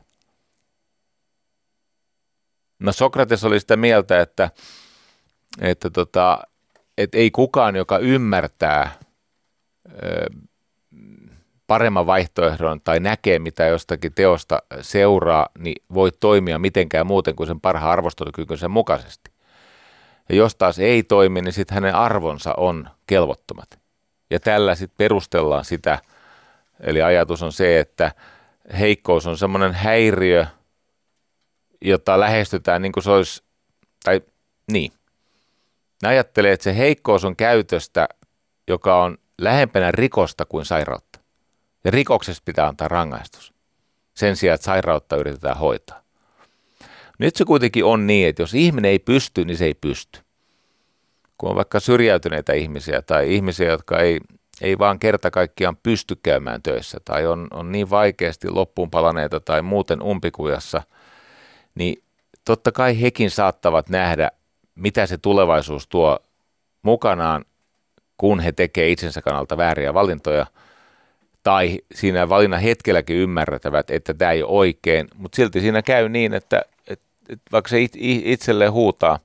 No Sokrates oli sitä mieltä, että, että, tota, että ei kukaan, joka ymmärtää ö, paremman vaihtoehdon tai näkee, mitä jostakin teosta seuraa, niin voi toimia mitenkään muuten kuin sen parhaan arvostelukykynsä mukaisesti. Ja jos taas ei toimi, niin sitten hänen arvonsa on kelvottomat. Ja tällä sitten perustellaan sitä, eli ajatus on se, että heikkous on semmoinen häiriö, jota lähestytään niin kuin se olisi, tai niin. Ne ajattelee, että se heikkous on käytöstä, joka on lähempänä rikosta kuin sairautta. Ja rikoksesta pitää antaa rangaistus. Sen sijaan, että sairautta yritetään hoitaa. Nyt se kuitenkin on niin, että jos ihminen ei pysty, niin se ei pysty. Kun on vaikka syrjäytyneitä ihmisiä tai ihmisiä, jotka ei, ei vaan kerta kaikkiaan pysty käymään töissä tai on, on niin vaikeasti loppuun palaneita tai muuten umpikujassa, niin totta kai hekin saattavat nähdä, mitä se tulevaisuus tuo mukanaan, kun he tekevät itsensä kannalta vääriä valintoja, tai siinä valinnan hetkelläkin ymmärrettävät, että tämä ei ole oikein, mutta silti siinä käy niin, että, että, että vaikka se itselleen huutaa.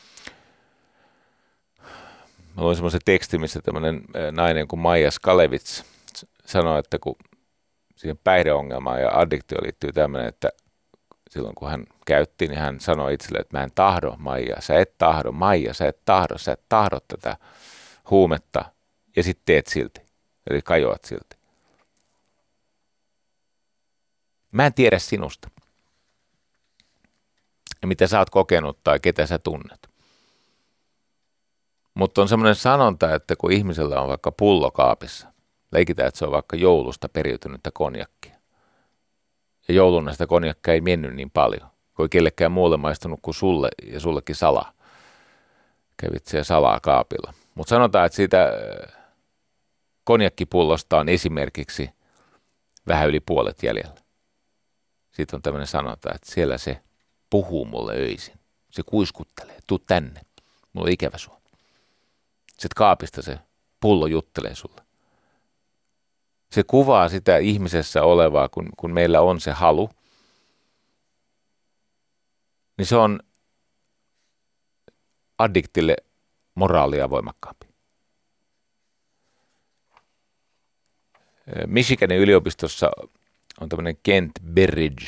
Mä luin semmoisen tekstin, missä tämmöinen nainen kuin Maija Skalevits sanoi, että kun siihen päihdeongelmaan ja addiktioon liittyy tämmöinen, että silloin kun hän käytti, niin hän sanoi itselleen, että mä en tahdo, Maija, sä et tahdo, Maija, sä et tahdo, sä et tahdo tätä huumetta, ja sitten teet silti, eli kajoat silti. Mä en tiedä sinusta, ja mitä sä oot kokenut tai ketä sä tunnet. Mutta on semmoinen sanonta, että kun ihmisellä on vaikka pullo kaapissa, leikitään, että se on vaikka joulusta periytynyttä konjakkia. Ja jouluna sitä konjakkia ei mennyt niin paljon, kun ei kellekään muulle maistunut kuin sulle ja sullekin salaa. Kävit siellä salaa kaapilla. Mutta sanotaan, että siitä konjakkipullosta on esimerkiksi vähän yli puolet jäljellä. Sitten on tämmöinen sanonta, että siellä se puhuu mulle öisin. Se kuiskuttelee, tuu tänne, mulla on ikävä sua. Sitten kaapista se pullo juttelee sulle. Se kuvaa sitä ihmisessä olevaa, kun, kun meillä on se halu, niin se on addiktille moraalia voimakkaampi. Michiganin yliopistossa on tämmöinen Kent Berridge,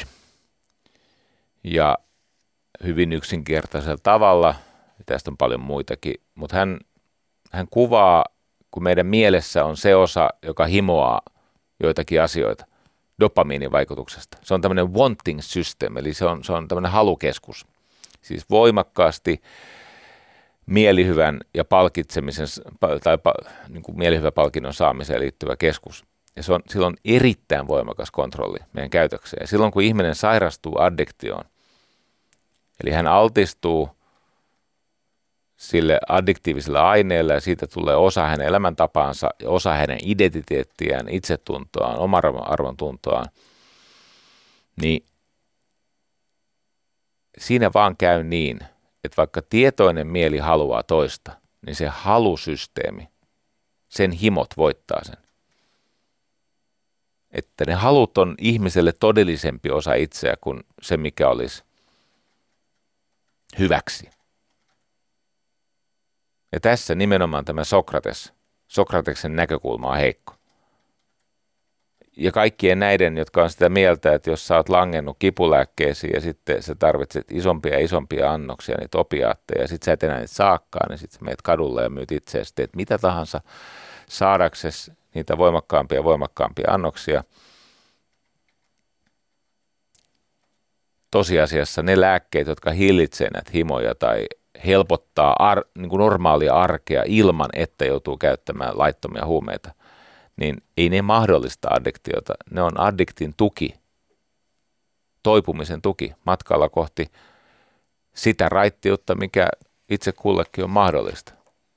ja hyvin yksinkertaisella tavalla, tästä on paljon muitakin, mutta hän, hän kuvaa, kun meidän mielessä on se osa, joka himoaa joitakin asioita dopamiinin vaikutuksesta. Se on tämmöinen wanting system, eli se on, se on tämmöinen halukeskus. Siis voimakkaasti mielihyvän ja palkitsemisen tai niin kuin mielihyvän palkinnon saamiseen liittyvä keskus. Ja se on silloin erittäin voimakas kontrolli meidän käytökseen. Ja silloin kun ihminen sairastuu addiktioon, eli hän altistuu sille addiktiiviselle aineelle ja siitä tulee osa hänen elämäntapaansa ja osa hänen identiteettiään, itsetuntoaan, oman arvon tuntoaan, niin siinä vaan käy niin, että vaikka tietoinen mieli haluaa toista, niin se halusysteemi, sen himot voittaa sen. Että ne halut on ihmiselle todellisempi osa itseä kuin se, mikä olisi hyväksi. Ja tässä nimenomaan tämä Sokrates, Sokrateksen näkökulma on heikko. Ja kaikkien näiden, jotka on sitä mieltä, että jos sä oot langennut kipulääkkeisiin ja sitten sä tarvitset isompia ja isompia annoksia, niitä opiaatteja, ja sitten sä et enää niitä saakkaan, niin sitten sä meet kadulle ja myyt itseäsi, teet mitä tahansa saadaksesi niitä voimakkaampia ja voimakkaampia annoksia. Tosiasiassa ne lääkkeet, jotka hillitsee näitä himoja tai helpottaa ar- niin kuin normaalia arkea ilman, että joutuu käyttämään laittomia huumeita, niin ei ne mahdollista addiktiota. Ne on addiktin tuki, toipumisen tuki matkalla kohti sitä raittiutta, mikä itse kullekin on mahdollista.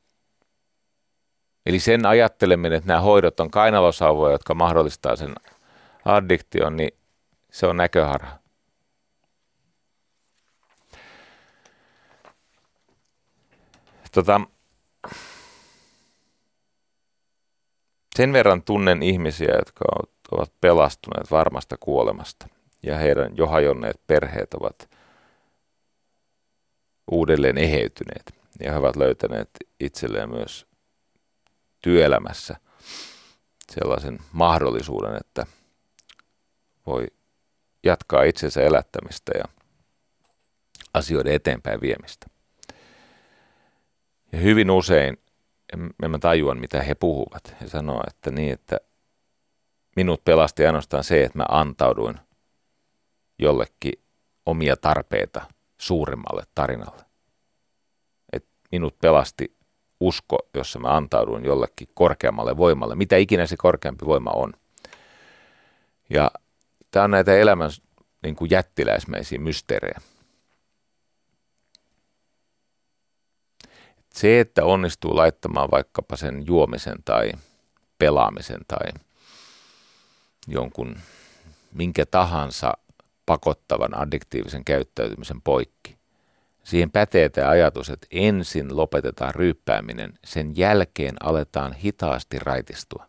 Eli sen ajatteleminen, että nämä hoidot on kainalosauvoja, jotka mahdollistaa sen addiktion, niin se on näköharha. Tota, sen verran tunnen ihmisiä, jotka ovat pelastuneet varmasta kuolemasta ja heidän jo hajonneet perheet ovat uudelleen eheytyneet ja he ovat löytäneet itselleen myös työelämässä sellaisen mahdollisuuden, että voi jatkaa itsensä elättämistä ja asioiden eteenpäin viemistä. Ja hyvin usein en mä tajuan, mitä he puhuvat. He sanoo, että niin, että minut pelasti ainoastaan se, että mä antauduin jollekin omia tarpeita suuremmalle tarinalle. Että minut pelasti usko, jossa mä antauduin jollekin korkeammalle voimalle, mitä ikinä se korkeampi voima on. Ja tämä on näitä elämän niin kuin jättiläismäisiä mysteerejä. Se, että onnistuu laittamaan vaikkapa sen juomisen tai pelaamisen tai jonkun minkä tahansa pakottavan addiktiivisen käyttäytymisen poikki. Siihen pätee tämä ajatus, että ensin lopetetaan ryyppääminen, sen jälkeen aletaan hitaasti raitistua.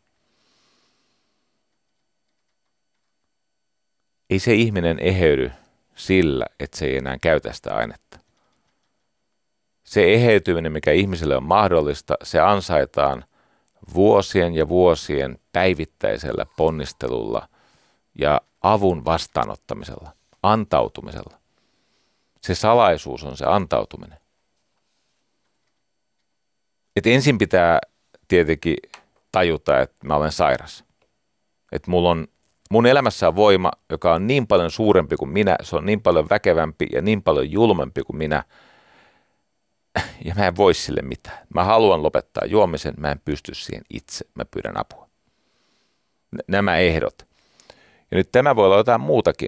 Ei se ihminen eheydy sillä, että se ei enää käytä sitä ainetta. Se eheytyminen, mikä ihmiselle on mahdollista, se ansaitaan vuosien ja vuosien päivittäisellä ponnistelulla ja avun vastaanottamisella, antautumisella. Se salaisuus on se antautuminen. Et ensin pitää tietenkin tajuta, että mä olen sairas. Että mulla on, mun elämässä on voima, joka on niin paljon suurempi kuin minä, se on niin paljon väkevämpi ja niin paljon julmempi kuin minä. Ja mä en voi sille mitään. Mä haluan lopettaa juomisen, mä en pysty siihen itse, mä pyydän apua. Nämä ehdot. Ja nyt tämä voi olla jotain muutakin.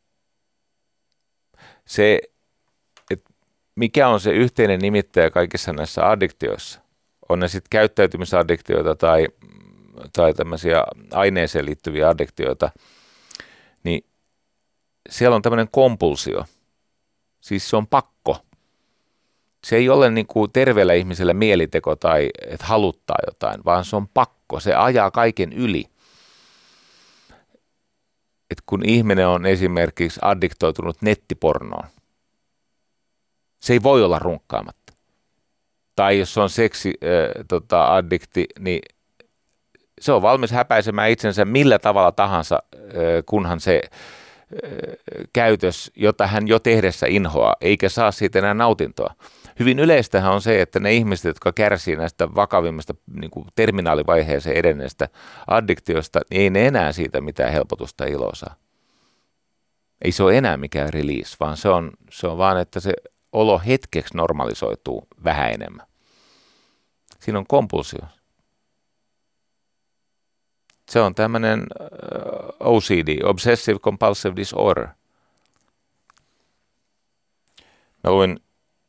Se, että mikä on se yhteinen nimittäjä kaikissa näissä addiktioissa, on ne sitten käyttäytymisaddiktiota tai, tai tämmöisiä aineeseen liittyviä addiktioita, niin siellä on tämmöinen kompulsio. Siis se on pakko. Se ei ole niin kuin terveellä ihmisellä mieliteko tai että haluttaa jotain, vaan se on pakko. Se ajaa kaiken yli. Et kun ihminen on esimerkiksi addiktoitunut nettipornoon, se ei voi olla runkkaamatta. Tai jos on seksi äh, tota, addikti, niin se on valmis häpäisemään itsensä millä tavalla tahansa, kunhan se käytös, jota hän jo tehdessä inhoaa, eikä saa siitä enää nautintoa. Hyvin yleistähän on se, että ne ihmiset, jotka kärsii näistä vakavimmista niin kuin terminaalivaiheeseen edenneestä addiktiosta, niin ei ne enää siitä mitään helpotusta ja iloa saa. Ei se ole enää mikään release, vaan se on, se on vaan, että se olo hetkeksi normalisoituu vähän enemmän. Siinä on kompulsio. Se on tämmöinen O C D, Obsessive Compulsive Disorder. Mä luin,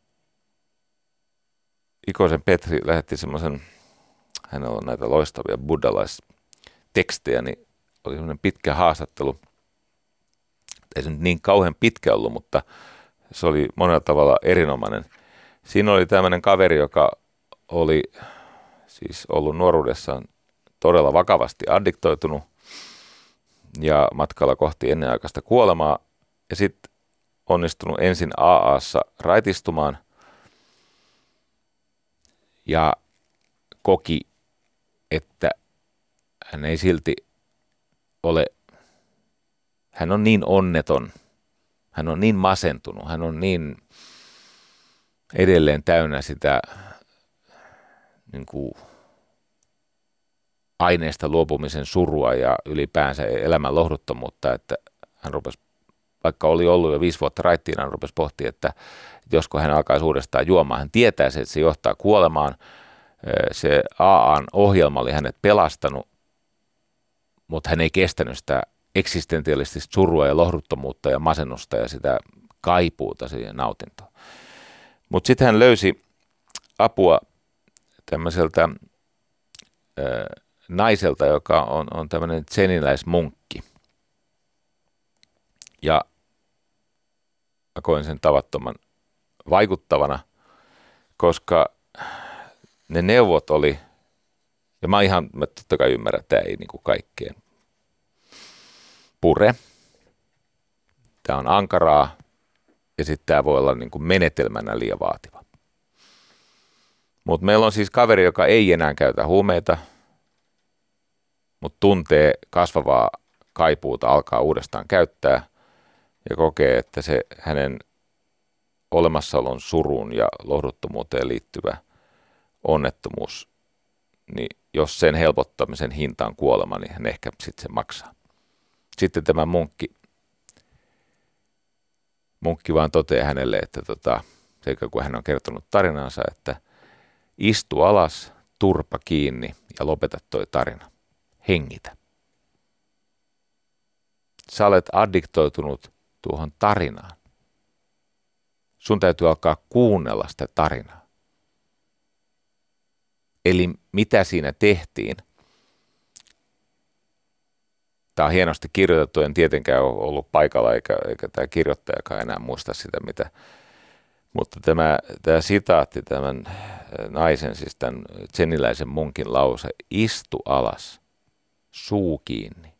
Ikosen Petri lähetti semmoisen, hänellä on näitä loistavia buddhalaistekstejä, niin oli semmoinen pitkä haastattelu. Ei se nyt niin kauhean pitkä ollut, mutta se oli monella tavalla erinomainen. Siinä oli tämmöinen kaveri, joka oli siis ollut nuoruudessaan todella vakavasti addiktoitunut ja matkalla kohti ennenaikaista kuolemaa ja sitten onnistunut ensin A A:ssa raitistumaan ja koki, että hän ei silti ole, hän on niin onneton, hän on niin masentunut, hän on niin edelleen täynnä sitä niin kuin aineesta luopumisen surua ja ylipäänsä elämän lohduttomuutta, että hän rupesi, vaikka oli ollut jo viisi vuotta raittiina, hän rupesi pohtimaan, että josko hän alkaisi uudestaan juomaan. Hän tietää se, että se johtaa kuolemaan. Se A A:n ohjelma oli hänet pelastanut, mutta hän ei kestänyt sitä eksistentialistista surua ja lohduttomuutta ja masennusta ja sitä kaipuuta siihen nautintoon. Mutta sitten hän löysi apua tämmöiseltä äh, naiselta, joka on, on tämmöinen tseniläismunkki. Ja mä koin sen tavattoman vaikuttavana, koska ne neuvot oli, ja mä ihan, mä totta kai ymmärrän, että tämä ei niin kuin kaikkeen pure. Tämä on ankaraa, ja sitten tämä voi olla niin kuin menetelmänä liian vaativa. Mutta meillä on siis kaveri, joka ei enää käytä huumeita, mutta tuntee kasvavaa kaipuuta alkaa uudestaan käyttää ja kokee, että se hänen olemassaolon suruun ja lohduttomuuteen liittyvä onnettomuus, niin jos sen helpottamisen hinta on kuolema, niin hän ehkä sitten se maksaa. Sitten tämä munkki, munkki vaan toteaa hänelle, että tota, sekä kun hän on kertonut tarinansa, että istu alas, turpa kiinni ja lopeta toi tarina. Hengitä. Sä olet addiktoitunut tuohon tarinaan. Sun täytyy alkaa kuunnella sitä tarinaa. Eli mitä siinä tehtiin? Tämä on hienosti kirjoitettu, en tietenkään ole ollut paikalla, eikä, eikä tämä kirjoittajakaan enää muista sitä, mitä. Mutta tämä, tämä sitaatti, tämän naisen, siis tämän tseniläisen munkin lause, istu alas, suu kiinni,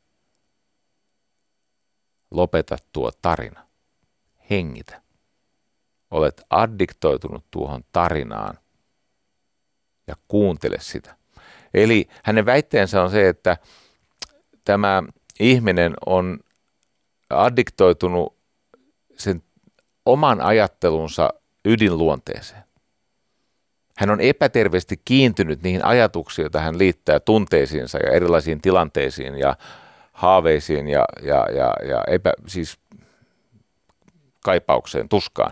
lopeta tuo tarina, hengitä. Olet addiktoitunut tuohon tarinaan ja kuuntele sitä. Eli hänen väitteensä on se, että tämä ihminen on addiktoitunut sen oman ajattelunsa ydinluonteeseen. Hän on epäterveesti kiintynyt niihin ajatuksiin, joita hän liittää tunteisiinsa ja erilaisiin tilanteisiin ja haaveisiin ja, ja, ja, ja epä, siis kaipaukseen, tuskaan.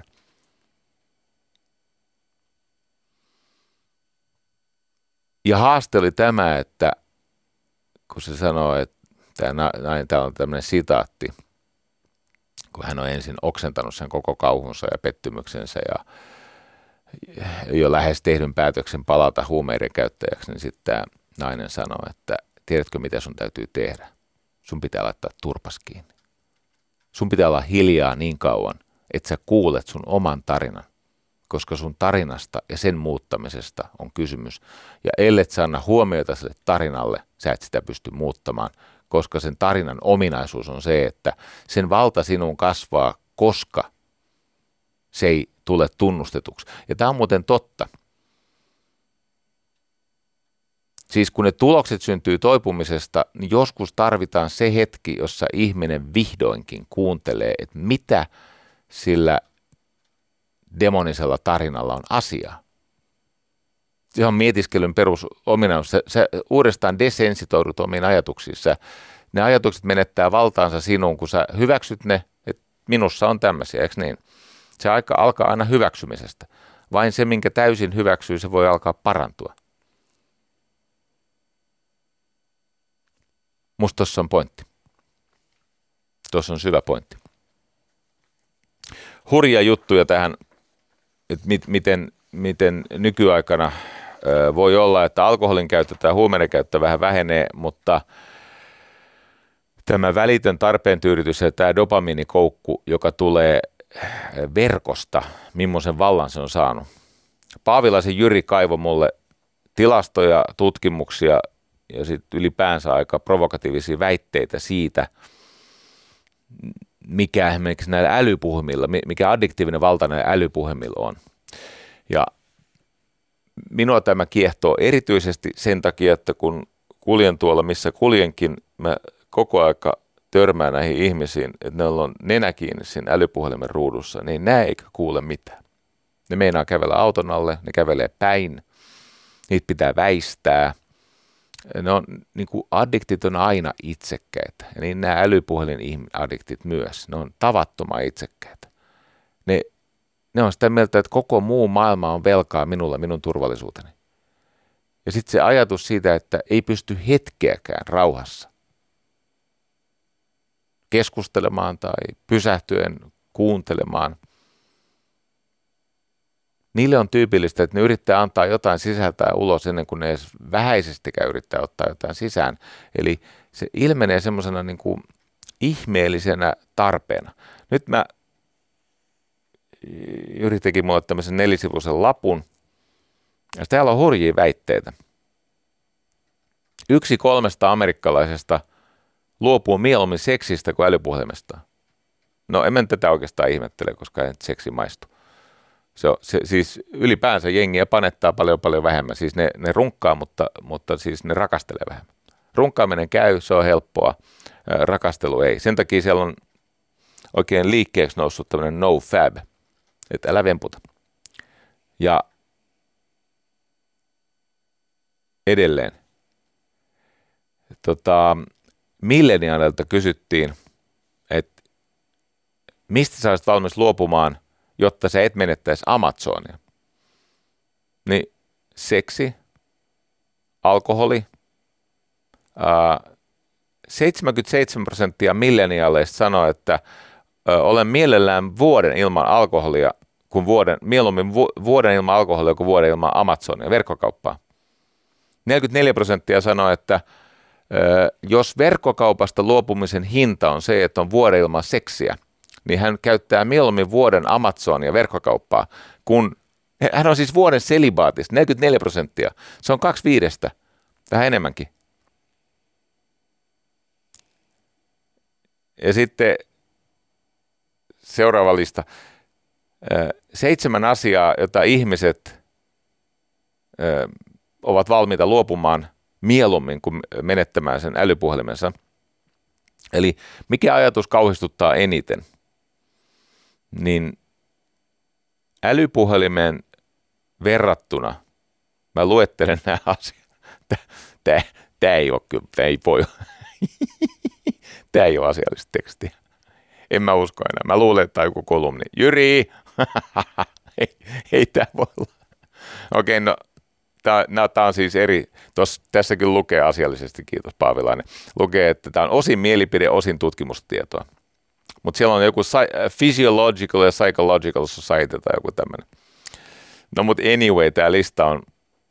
Ja haaste oli tämä, että kun se sanoo, että tämä, tämä on tämmöinen sitaatti, kun hän on ensin oksentanut sen koko kauhunsa ja pettymyksensä ja jo lähes tehdyn päätöksen palata huumeiden käyttäjäksi, niin sitten tämä nainen sanoo, että tiedätkö mitä sun täytyy tehdä? Sun pitää laittaa turpas kiinni. Sun pitää olla hiljaa niin kauan, että sä kuulet sun oman tarinan, koska sun tarinasta ja sen muuttamisesta on kysymys. Ja ellet sä anna huomiota sille tarinalle, sä et sitä pysty muuttamaan, koska sen tarinan ominaisuus on se, että sen valta sinuun kasvaa, koska se ei tule tunnustetuksi. Ja tämä on muuten totta. Siis kun ne tulokset syntyy toipumisesta, niin joskus tarvitaan se hetki, jossa ihminen vihdoinkin kuuntelee, että mitä sillä demonisella tarinalla on asiaa. Se on mietiskelyn perusominaisuus. Sä, sä uudestaan desensitoudut omiin ajatuksiin. Sä, ne ajatukset menettää valtaansa sinuun, kun sä hyväksyt ne, että minussa on tämmöisiä, eikö niin? Se aika alkaa aina hyväksymisestä. Vain se, minkä täysin hyväksyy, se voi alkaa parantua. Musta tuossa on pointti. Tuossa on syvä pointti. Hurja juttuja tähän, että mit, miten, miten nykyaikana ö, voi olla, että alkoholin käyttö tai huumeiden käyttö vähän vähenee, mutta tämä välitön tarpeen tyydytys ja tämä dopamiinikoukku, joka tulee verkosta, millaisen vallan se on saanut. Paavilaisen Jyri kaivoi mulle tilastoja, tutkimuksia ja sitten ylipäänsä aika provokatiivisia väitteitä siitä, mikä esimerkiksi näillä älypuhimilla, mikä addiktiivinen valta näillä älypuhimilla on. Ja minua tämä kiehtoo erityisesti sen takia, että kun kuljen tuolla, missä kuljenkin, mä koko aika törmään näihin ihmisiin, että ne on nenä kiinni siinä älypuhelimen ruudussa, niin ei näe eikä kuule mitään. Ne meinaa kävellä auton alle, ne kävelee päin, niitä pitää väistää. Ne on, niin kuin addiktit on aina itsekkäitä, ja niin nämä älypuhelin addiktit myös, ne on tavattoman itsekkäitä. Ne, ne on sitä mieltä, että koko muu maailma on velkaa minulle, minun turvallisuuteni. Ja sitten se ajatus siitä, että ei pysty hetkeäkään rauhassa keskustelemaan tai pysähtyen kuuntelemaan. Niille on tyypillistä, että ne yrittää antaa jotain sisältää ulos ennen kuin ne edes vähäisestikään yrittää ottaa jotain sisään. Eli se ilmenee semmoisena niin kuin ihmeellisenä tarpeena. Nyt mä yritinkin mulle tämmöisen nelisivuisen lapun. Ja täällä on hurjia väitteitä. Yksi kolmesta amerikkalaisesta luopuu mieluummin seksistä kuin älypuhelimesta. No en mä tätä oikeastaan ihmettele, koska ei seksi maistu. Se, on, se siis ylipäänsä jengiä panettaa paljon paljon vähemmän. Siis ne, ne runkkaa, mutta, mutta siis ne rakastelee vähemmän. Runkkaaminen käy, se on helppoa. Rakastelu ei. Sen takia siellä on oikein liikkeeksi noussut tämmöinen no fab, että älä vemputa. Ja edelleen. Tota, milleniaalilta kysyttiin, että mistä sä olisit valmis luopumaan, jotta sä et menettäisi Amazonia. Niin seksi, alkoholi, ää, seitsemänkymmentäseitsemän prosenttia milleniaaleista sanoo, että ä, olen mielellään vuoden ilman alkoholia, kuin vuoden, mieluummin vu, vuoden ilman alkoholia kuin vuoden ilman Amazonia, verkkokauppaa. neljäkymmentäneljä prosenttia sanoo, että ä, jos verkkokaupasta luopumisen hinta on se, että on vuoden ilman seksiä, niin hän käyttää mieluummin vuoden Amazonia verkkokauppaa, kun hän on siis vuoden selibaatista, neljäkymmentäneljä prosenttia. Se on kaksi viidestä, vähän enemmänkin. Ja sitten seuraava lista. Seitsemän asiaa, jota ihmiset ovat valmiita luopumaan mieluummin kuin menettämään sen älypuhelimensa. Eli mikä ajatus kauhistuttaa eniten? Niin älypuhelimeen verrattuna, mä luettelen nämä asiat. Tämä, tämä ei ole kyllä, tämä ei voi Tämä ei ole asiallista tekstiä. En mä usko enää. Mä luulen, että tämä on joku kolumni. Jyri! ei, ei tämä voi olla. Okei, no tämä on siis eri. Tos, tässäkin lukee asiallisesti, kiitos Paavilainen. Lukee, että tämä on osin mielipide, osin tutkimustietoa. Mutta siellä on joku Physiological ja Psychological Society tai joku tämmöinen. No mutta anyway, tämä lista on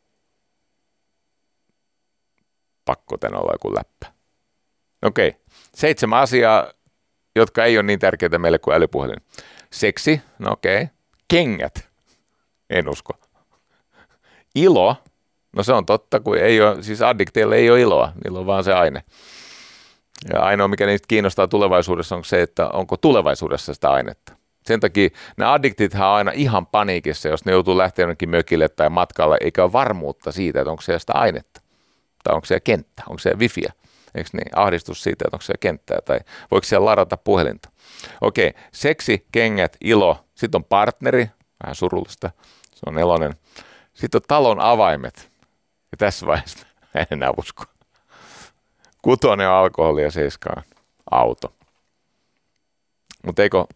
pakko tänne olla joku läppä. Okei, okay. Seitsemän asiaa, jotka ei ole niin tärkeitä meille kuin älypuhelin. Seksi, no okei. Okay. Kengät, en usko. Ilo, no se on totta, kun ei ole, siis addikteilla ei ole iloa, niillä on vaan se aine. Ja ainoa, mikä niistä kiinnostaa tulevaisuudessa, on se, että onko tulevaisuudessa sitä ainetta. Sen takia nämä addiktithan on aina ihan paniikissa, jos ne joutuu lähteä jonnekin mökille tai matkalle, eikä ole varmuutta siitä, että onko siellä sitä ainetta. tai onko siellä kenttä, onko siellä wifiä, eikö niin, ahdistus siitä, että onko siellä kenttää tai voiko siellä ladata puhelinta. Okei, seksi, kengät, ilo, sitten on partneri, vähän surullista, se on nelonen, sitten on talon avaimet ja tässä vaiheessa en enää usko. Kutonen on alkoholi ja seiska on auto. Mutta eikö...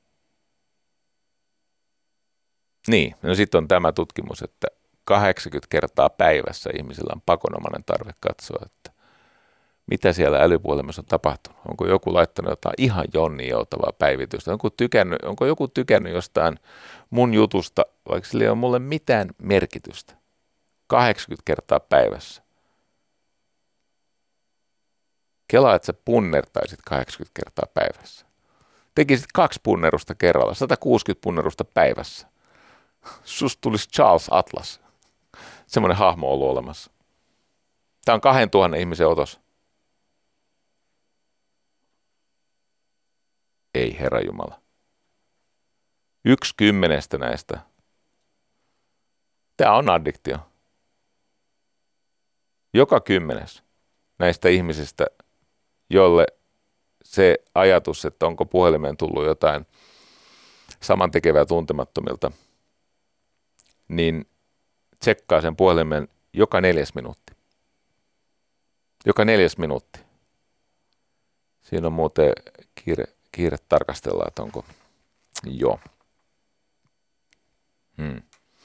Niin, no sitten on tämä tutkimus, että kahdeksankymmentä kertaa päivässä ihmisillä on pakonomainen tarve katsoa, että mitä siellä älypuhelimessa on tapahtunut. Onko joku laittanut jotain ihan jonni joutavaa päivitystä? Onko, tykännyt, onko joku tykännyt jostain mun jutusta, vaikka sillä ei ole mulle mitään merkitystä? kahdeksankymmentä kertaa päivässä. Kelaa, että sä punnertaisit kahdeksankymmentä kertaa päivässä. Tekisit kaksi punnerusta kerralla, sata kuusikymmentä punnerusta päivässä. Susta tulisi Charles Atlas. Semmoinen hahmo on ollut olemassa. Tämä on kahdentuhannen ihmisen otos. Ei, Herra Jumala. Yksi kymmenestä näistä. Tämä on addiktio. Joka kymmenes näistä ihmisistä, jolle se ajatus, että onko puhelimeen tullut jotain samantekevää tuntemattomilta, niin tsekkaa sen puhelimen joka neljäs minuutti. Joka neljäs minuutti. Siinä on muuten kiire, kiire tarkastella, että onko joo. Hmm.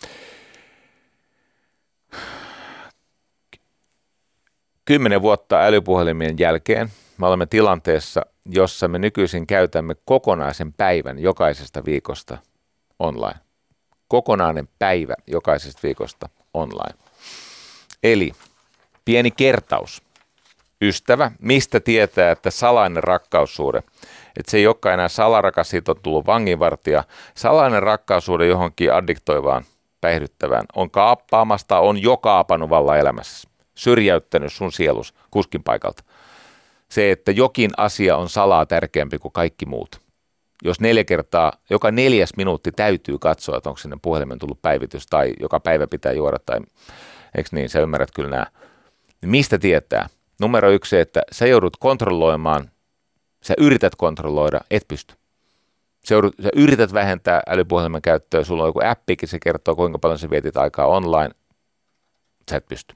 Kymmenen vuotta älypuhelimien jälkeen me olemme tilanteessa, jossa me nykyisin käytämme kokonaisen päivän jokaisesta viikosta online. Kokonainen päivä jokaisesta viikosta online. Eli pieni kertaus. Ystävä, mistä tietää, että salainen rakkaussuhde, että se ei olekaan enää salarakas, siitä on tullut vanginvartija. Salainen rakkaussuhde johonkin addiktoivaan, päihdyttävään on kaappaamasta, on jo kaapannut vallan elämässä. Syrjäyttänyt sun sielus kuskin paikalta. Se, että jokin asia on salaa tärkeämpi kuin kaikki muut. Jos neljä kertaa, joka neljäs minuutti täytyy katsoa, että onko sinne puhelimen tullut päivitys tai joka päivä pitää juoda tai eikö niin, sä ymmärrät kyllä nämä. Mistä tietää? Numero yksi se, että sä joudut kontrolloimaan, sä yrität kontrolloida, et pysty. Sä, joudut, sä yrität vähentää älypuhelimen käyttöä, sulla on joku appikin, se kertoo kuinka paljon sä vietit aikaa online, sä et pysty.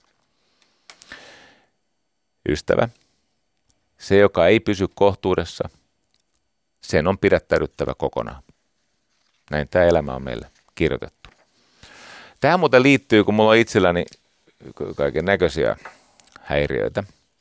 Ystävä, se joka ei pysy kohtuudessa, sen on pidättäydyttävä kokonaan. Näin tämä elämä on meille kirjoitettu. Tähän muuten liittyy, kun mulla on itselläni kaiken näköisiä häiriöitä.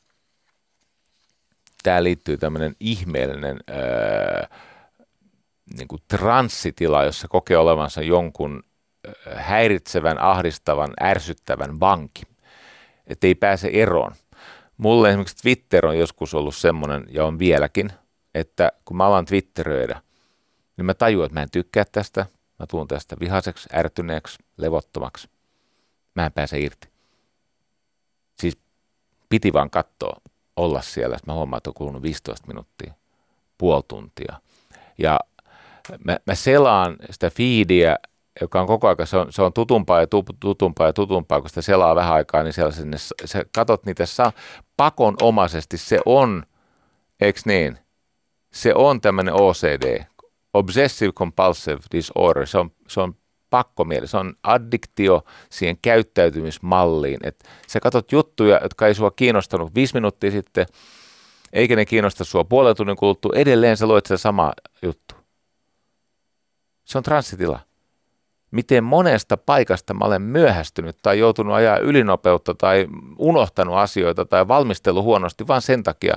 Tähän liittyy tämmöinen ihmeellinen ää, niin kuin transsitila, jossa kokee olevansa jonkun häiritsevän, ahdistavan, ärsyttävän vanki. Että ei pääse eroon. Mulle esimerkiksi Twitter on joskus ollut semmoinen, ja on vieläkin, että kun mä alan twitteröidä, niin mä tajuan, että mä en tykkää tästä. Mä tuun tästä vihaseksi, ärtyneeksi, levottomaksi. Mä en pääse irti. Siis piti vaan katsoa, olla siellä. Mä huomaan, että on kulunut viisitoista minuuttia, puoli tuntia. Ja mä, mä selaan sitä feediä, joka on koko ajan, se on, se on tutumpaa ja tutumpaa ja tutumpaa, kun sitä selaa vähän aikaa, niin siellä sinne, sä katot niitä saa pakonomaisesti. Se on, eikö niin? Se on tämmöinen O C D, Obsessive Compulsive Disorder, se on, se on pakkomieli, se on addiktio siihen käyttäytymismalliin, että sä katot juttuja, jotka ei sua kiinnostanut viisi minuuttia sitten, eikä ne kiinnosta sua puolen tunnin kuluttua, edelleen sä luet sitä samaa juttu. Se on transsitila. Miten monesta paikasta mä olen myöhästynyt tai joutunut ajaa ylinopeutta tai unohtanut asioita tai valmistellut huonosti vaan sen takia,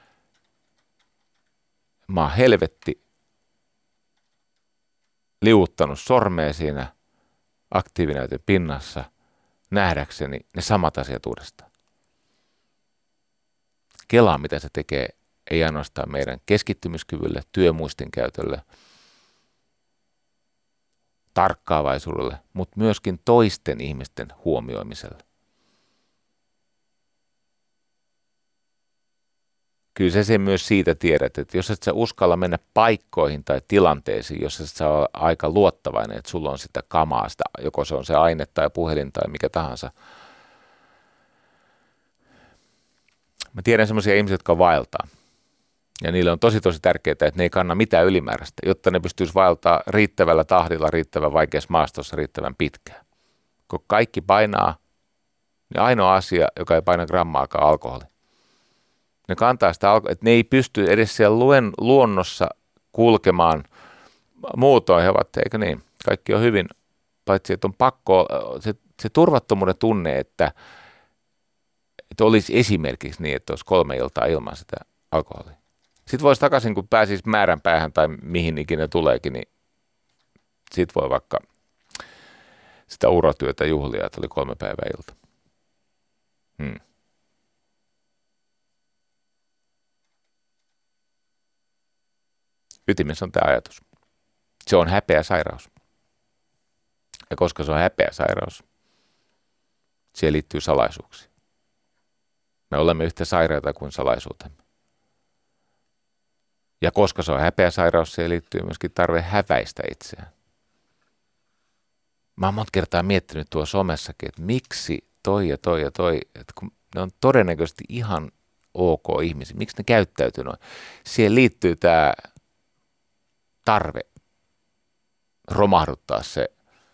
mä oon helvetti liuuttanut sormea siinä aktiivinäytön pinnassa nähdäkseni ne samat asiat uudestaan. Kelaa, mitä se tekee, ei ainoastaan meidän keskittymiskyvylle, työmuistin käytölle, tarkkaavaisuudelle, mutta myöskin toisten ihmisten huomioimiselle. Kyllä sä sen myös siitä tiedät, että jos et sä uskalla mennä paikkoihin tai tilanteisiin, jos et sä ole aika luottavainen, että sulla on sitä kamaa, sitä, joko se on se aine tai puhelin tai mikä tahansa, Mä tiedän semmoisia ihmisiä, jotka vaeltaa. Ja niille on tosi tosi tärkeää, että ne ei kanna mitään ylimääräistä, jotta ne pystyisi vaeltaa riittävällä tahdilla, riittävän vaikeassa maastossa, riittävän pitkään. Kun kaikki painaa, niin ainoa asia, joka ei paina grammaakaan, alkoholi. Ne kantaa sitä alkoholia, että ne ei pysty edes siellä luen, luonnossa kulkemaan muutoin. He ovat, eikö niin? Kaikki on hyvin, paitsi että on pakko, se, se turvattomuuden tunne, että, että olisi esimerkiksi niin, että olisi kolme iltaa ilman sitä alkoholia. Sitten voisi takaisin, kun pääsisi määränpäähän tai mihin ikinä tuleekin, niin sitten voi vaikka sitä uratyötä juhlia, että oli kolme päivää ilta. Hmm. Ytimessä on tämä ajatus. Se on häpeä sairaus. Ja koska se on häpeä sairaus, siihen liittyy salaisuuksia. Me olemme yhtä sairaita kuin salaisuutemme. Ja koska se on häpeä sairaus, siihen liittyy myöskin tarve häväistä itseään. Mä oon monta kertaa miettinyt tuo somessakin, että miksi toi ja toi ja toi, että kun ne on todennäköisesti ihan ok ihmisiä, miksi ne käyttäytyy noin. Siihen liittyy tämä tarve romahduttaa se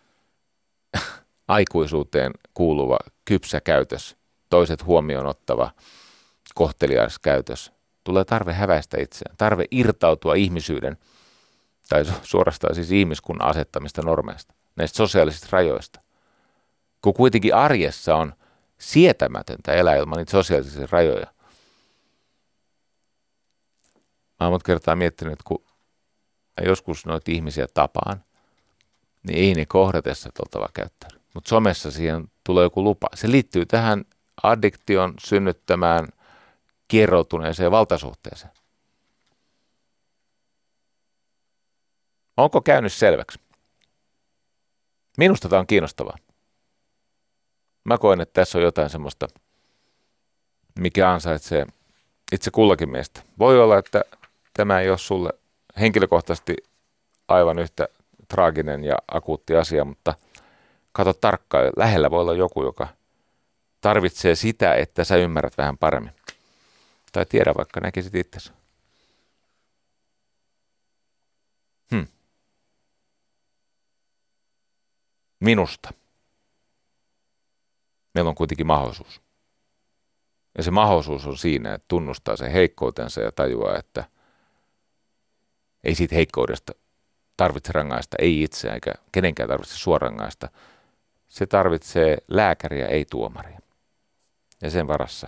aikuisuuteen kuuluva kypsä käytös, toiset huomioon ottava kohtelias käytös. Tulee tarve häväistä itseään, tarve irtautua ihmisyyden, tai suorastaan siis ihmiskunnan asettamista normeista, näistä sosiaalisista rajoista. Kun kuitenkin arjessa on sietämätöntä elää ilman niitä sosiaalisia rajoja. Mä oon monta kertaa miettinyt, että kun joskus noita ihmisiä tapaan, niin ei ne kohdatessa oltava käyttänyt. Mutta somessa siihen tulee joku lupa. Se liittyy tähän addiktion synnyttämään kieroutuneeseen valtasuhteeseen. Onko käynyt selväksi? Minusta tämä on kiinnostavaa. Mä koen, että tässä on jotain semmoista, mikä ansaitsee itse kullakin meistä. Voi olla, että tämä ei ole sulle henkilökohtaisesti aivan yhtä traaginen ja akuutti asia, mutta katso tarkkaan. Lähellä voi olla joku, joka tarvitsee sitä, että sä ymmärrät vähän paremmin. Tai tiedä, vaikka näkisit itsesi. Hmm. Minusta. Meillä on kuitenkin mahdollisuus. Ja se mahdollisuus on siinä, että tunnustaa sen heikkoutensa ja tajuaa, että ei siitä heikkoudesta tarvitse rangaista, ei itseään eikä kenenkään tarvitse suorangaista. Se tarvitsee lääkäriä, ei tuomaria. Ja sen varassa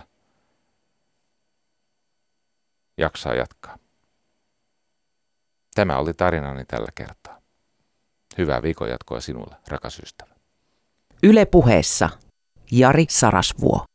jaksaa jatkaa. Tämä oli tarinani tällä kertaa. Hyvää viikon jatkoa sinulle, rakas ystävä. Yle Puheessa Jari Sarasvuo.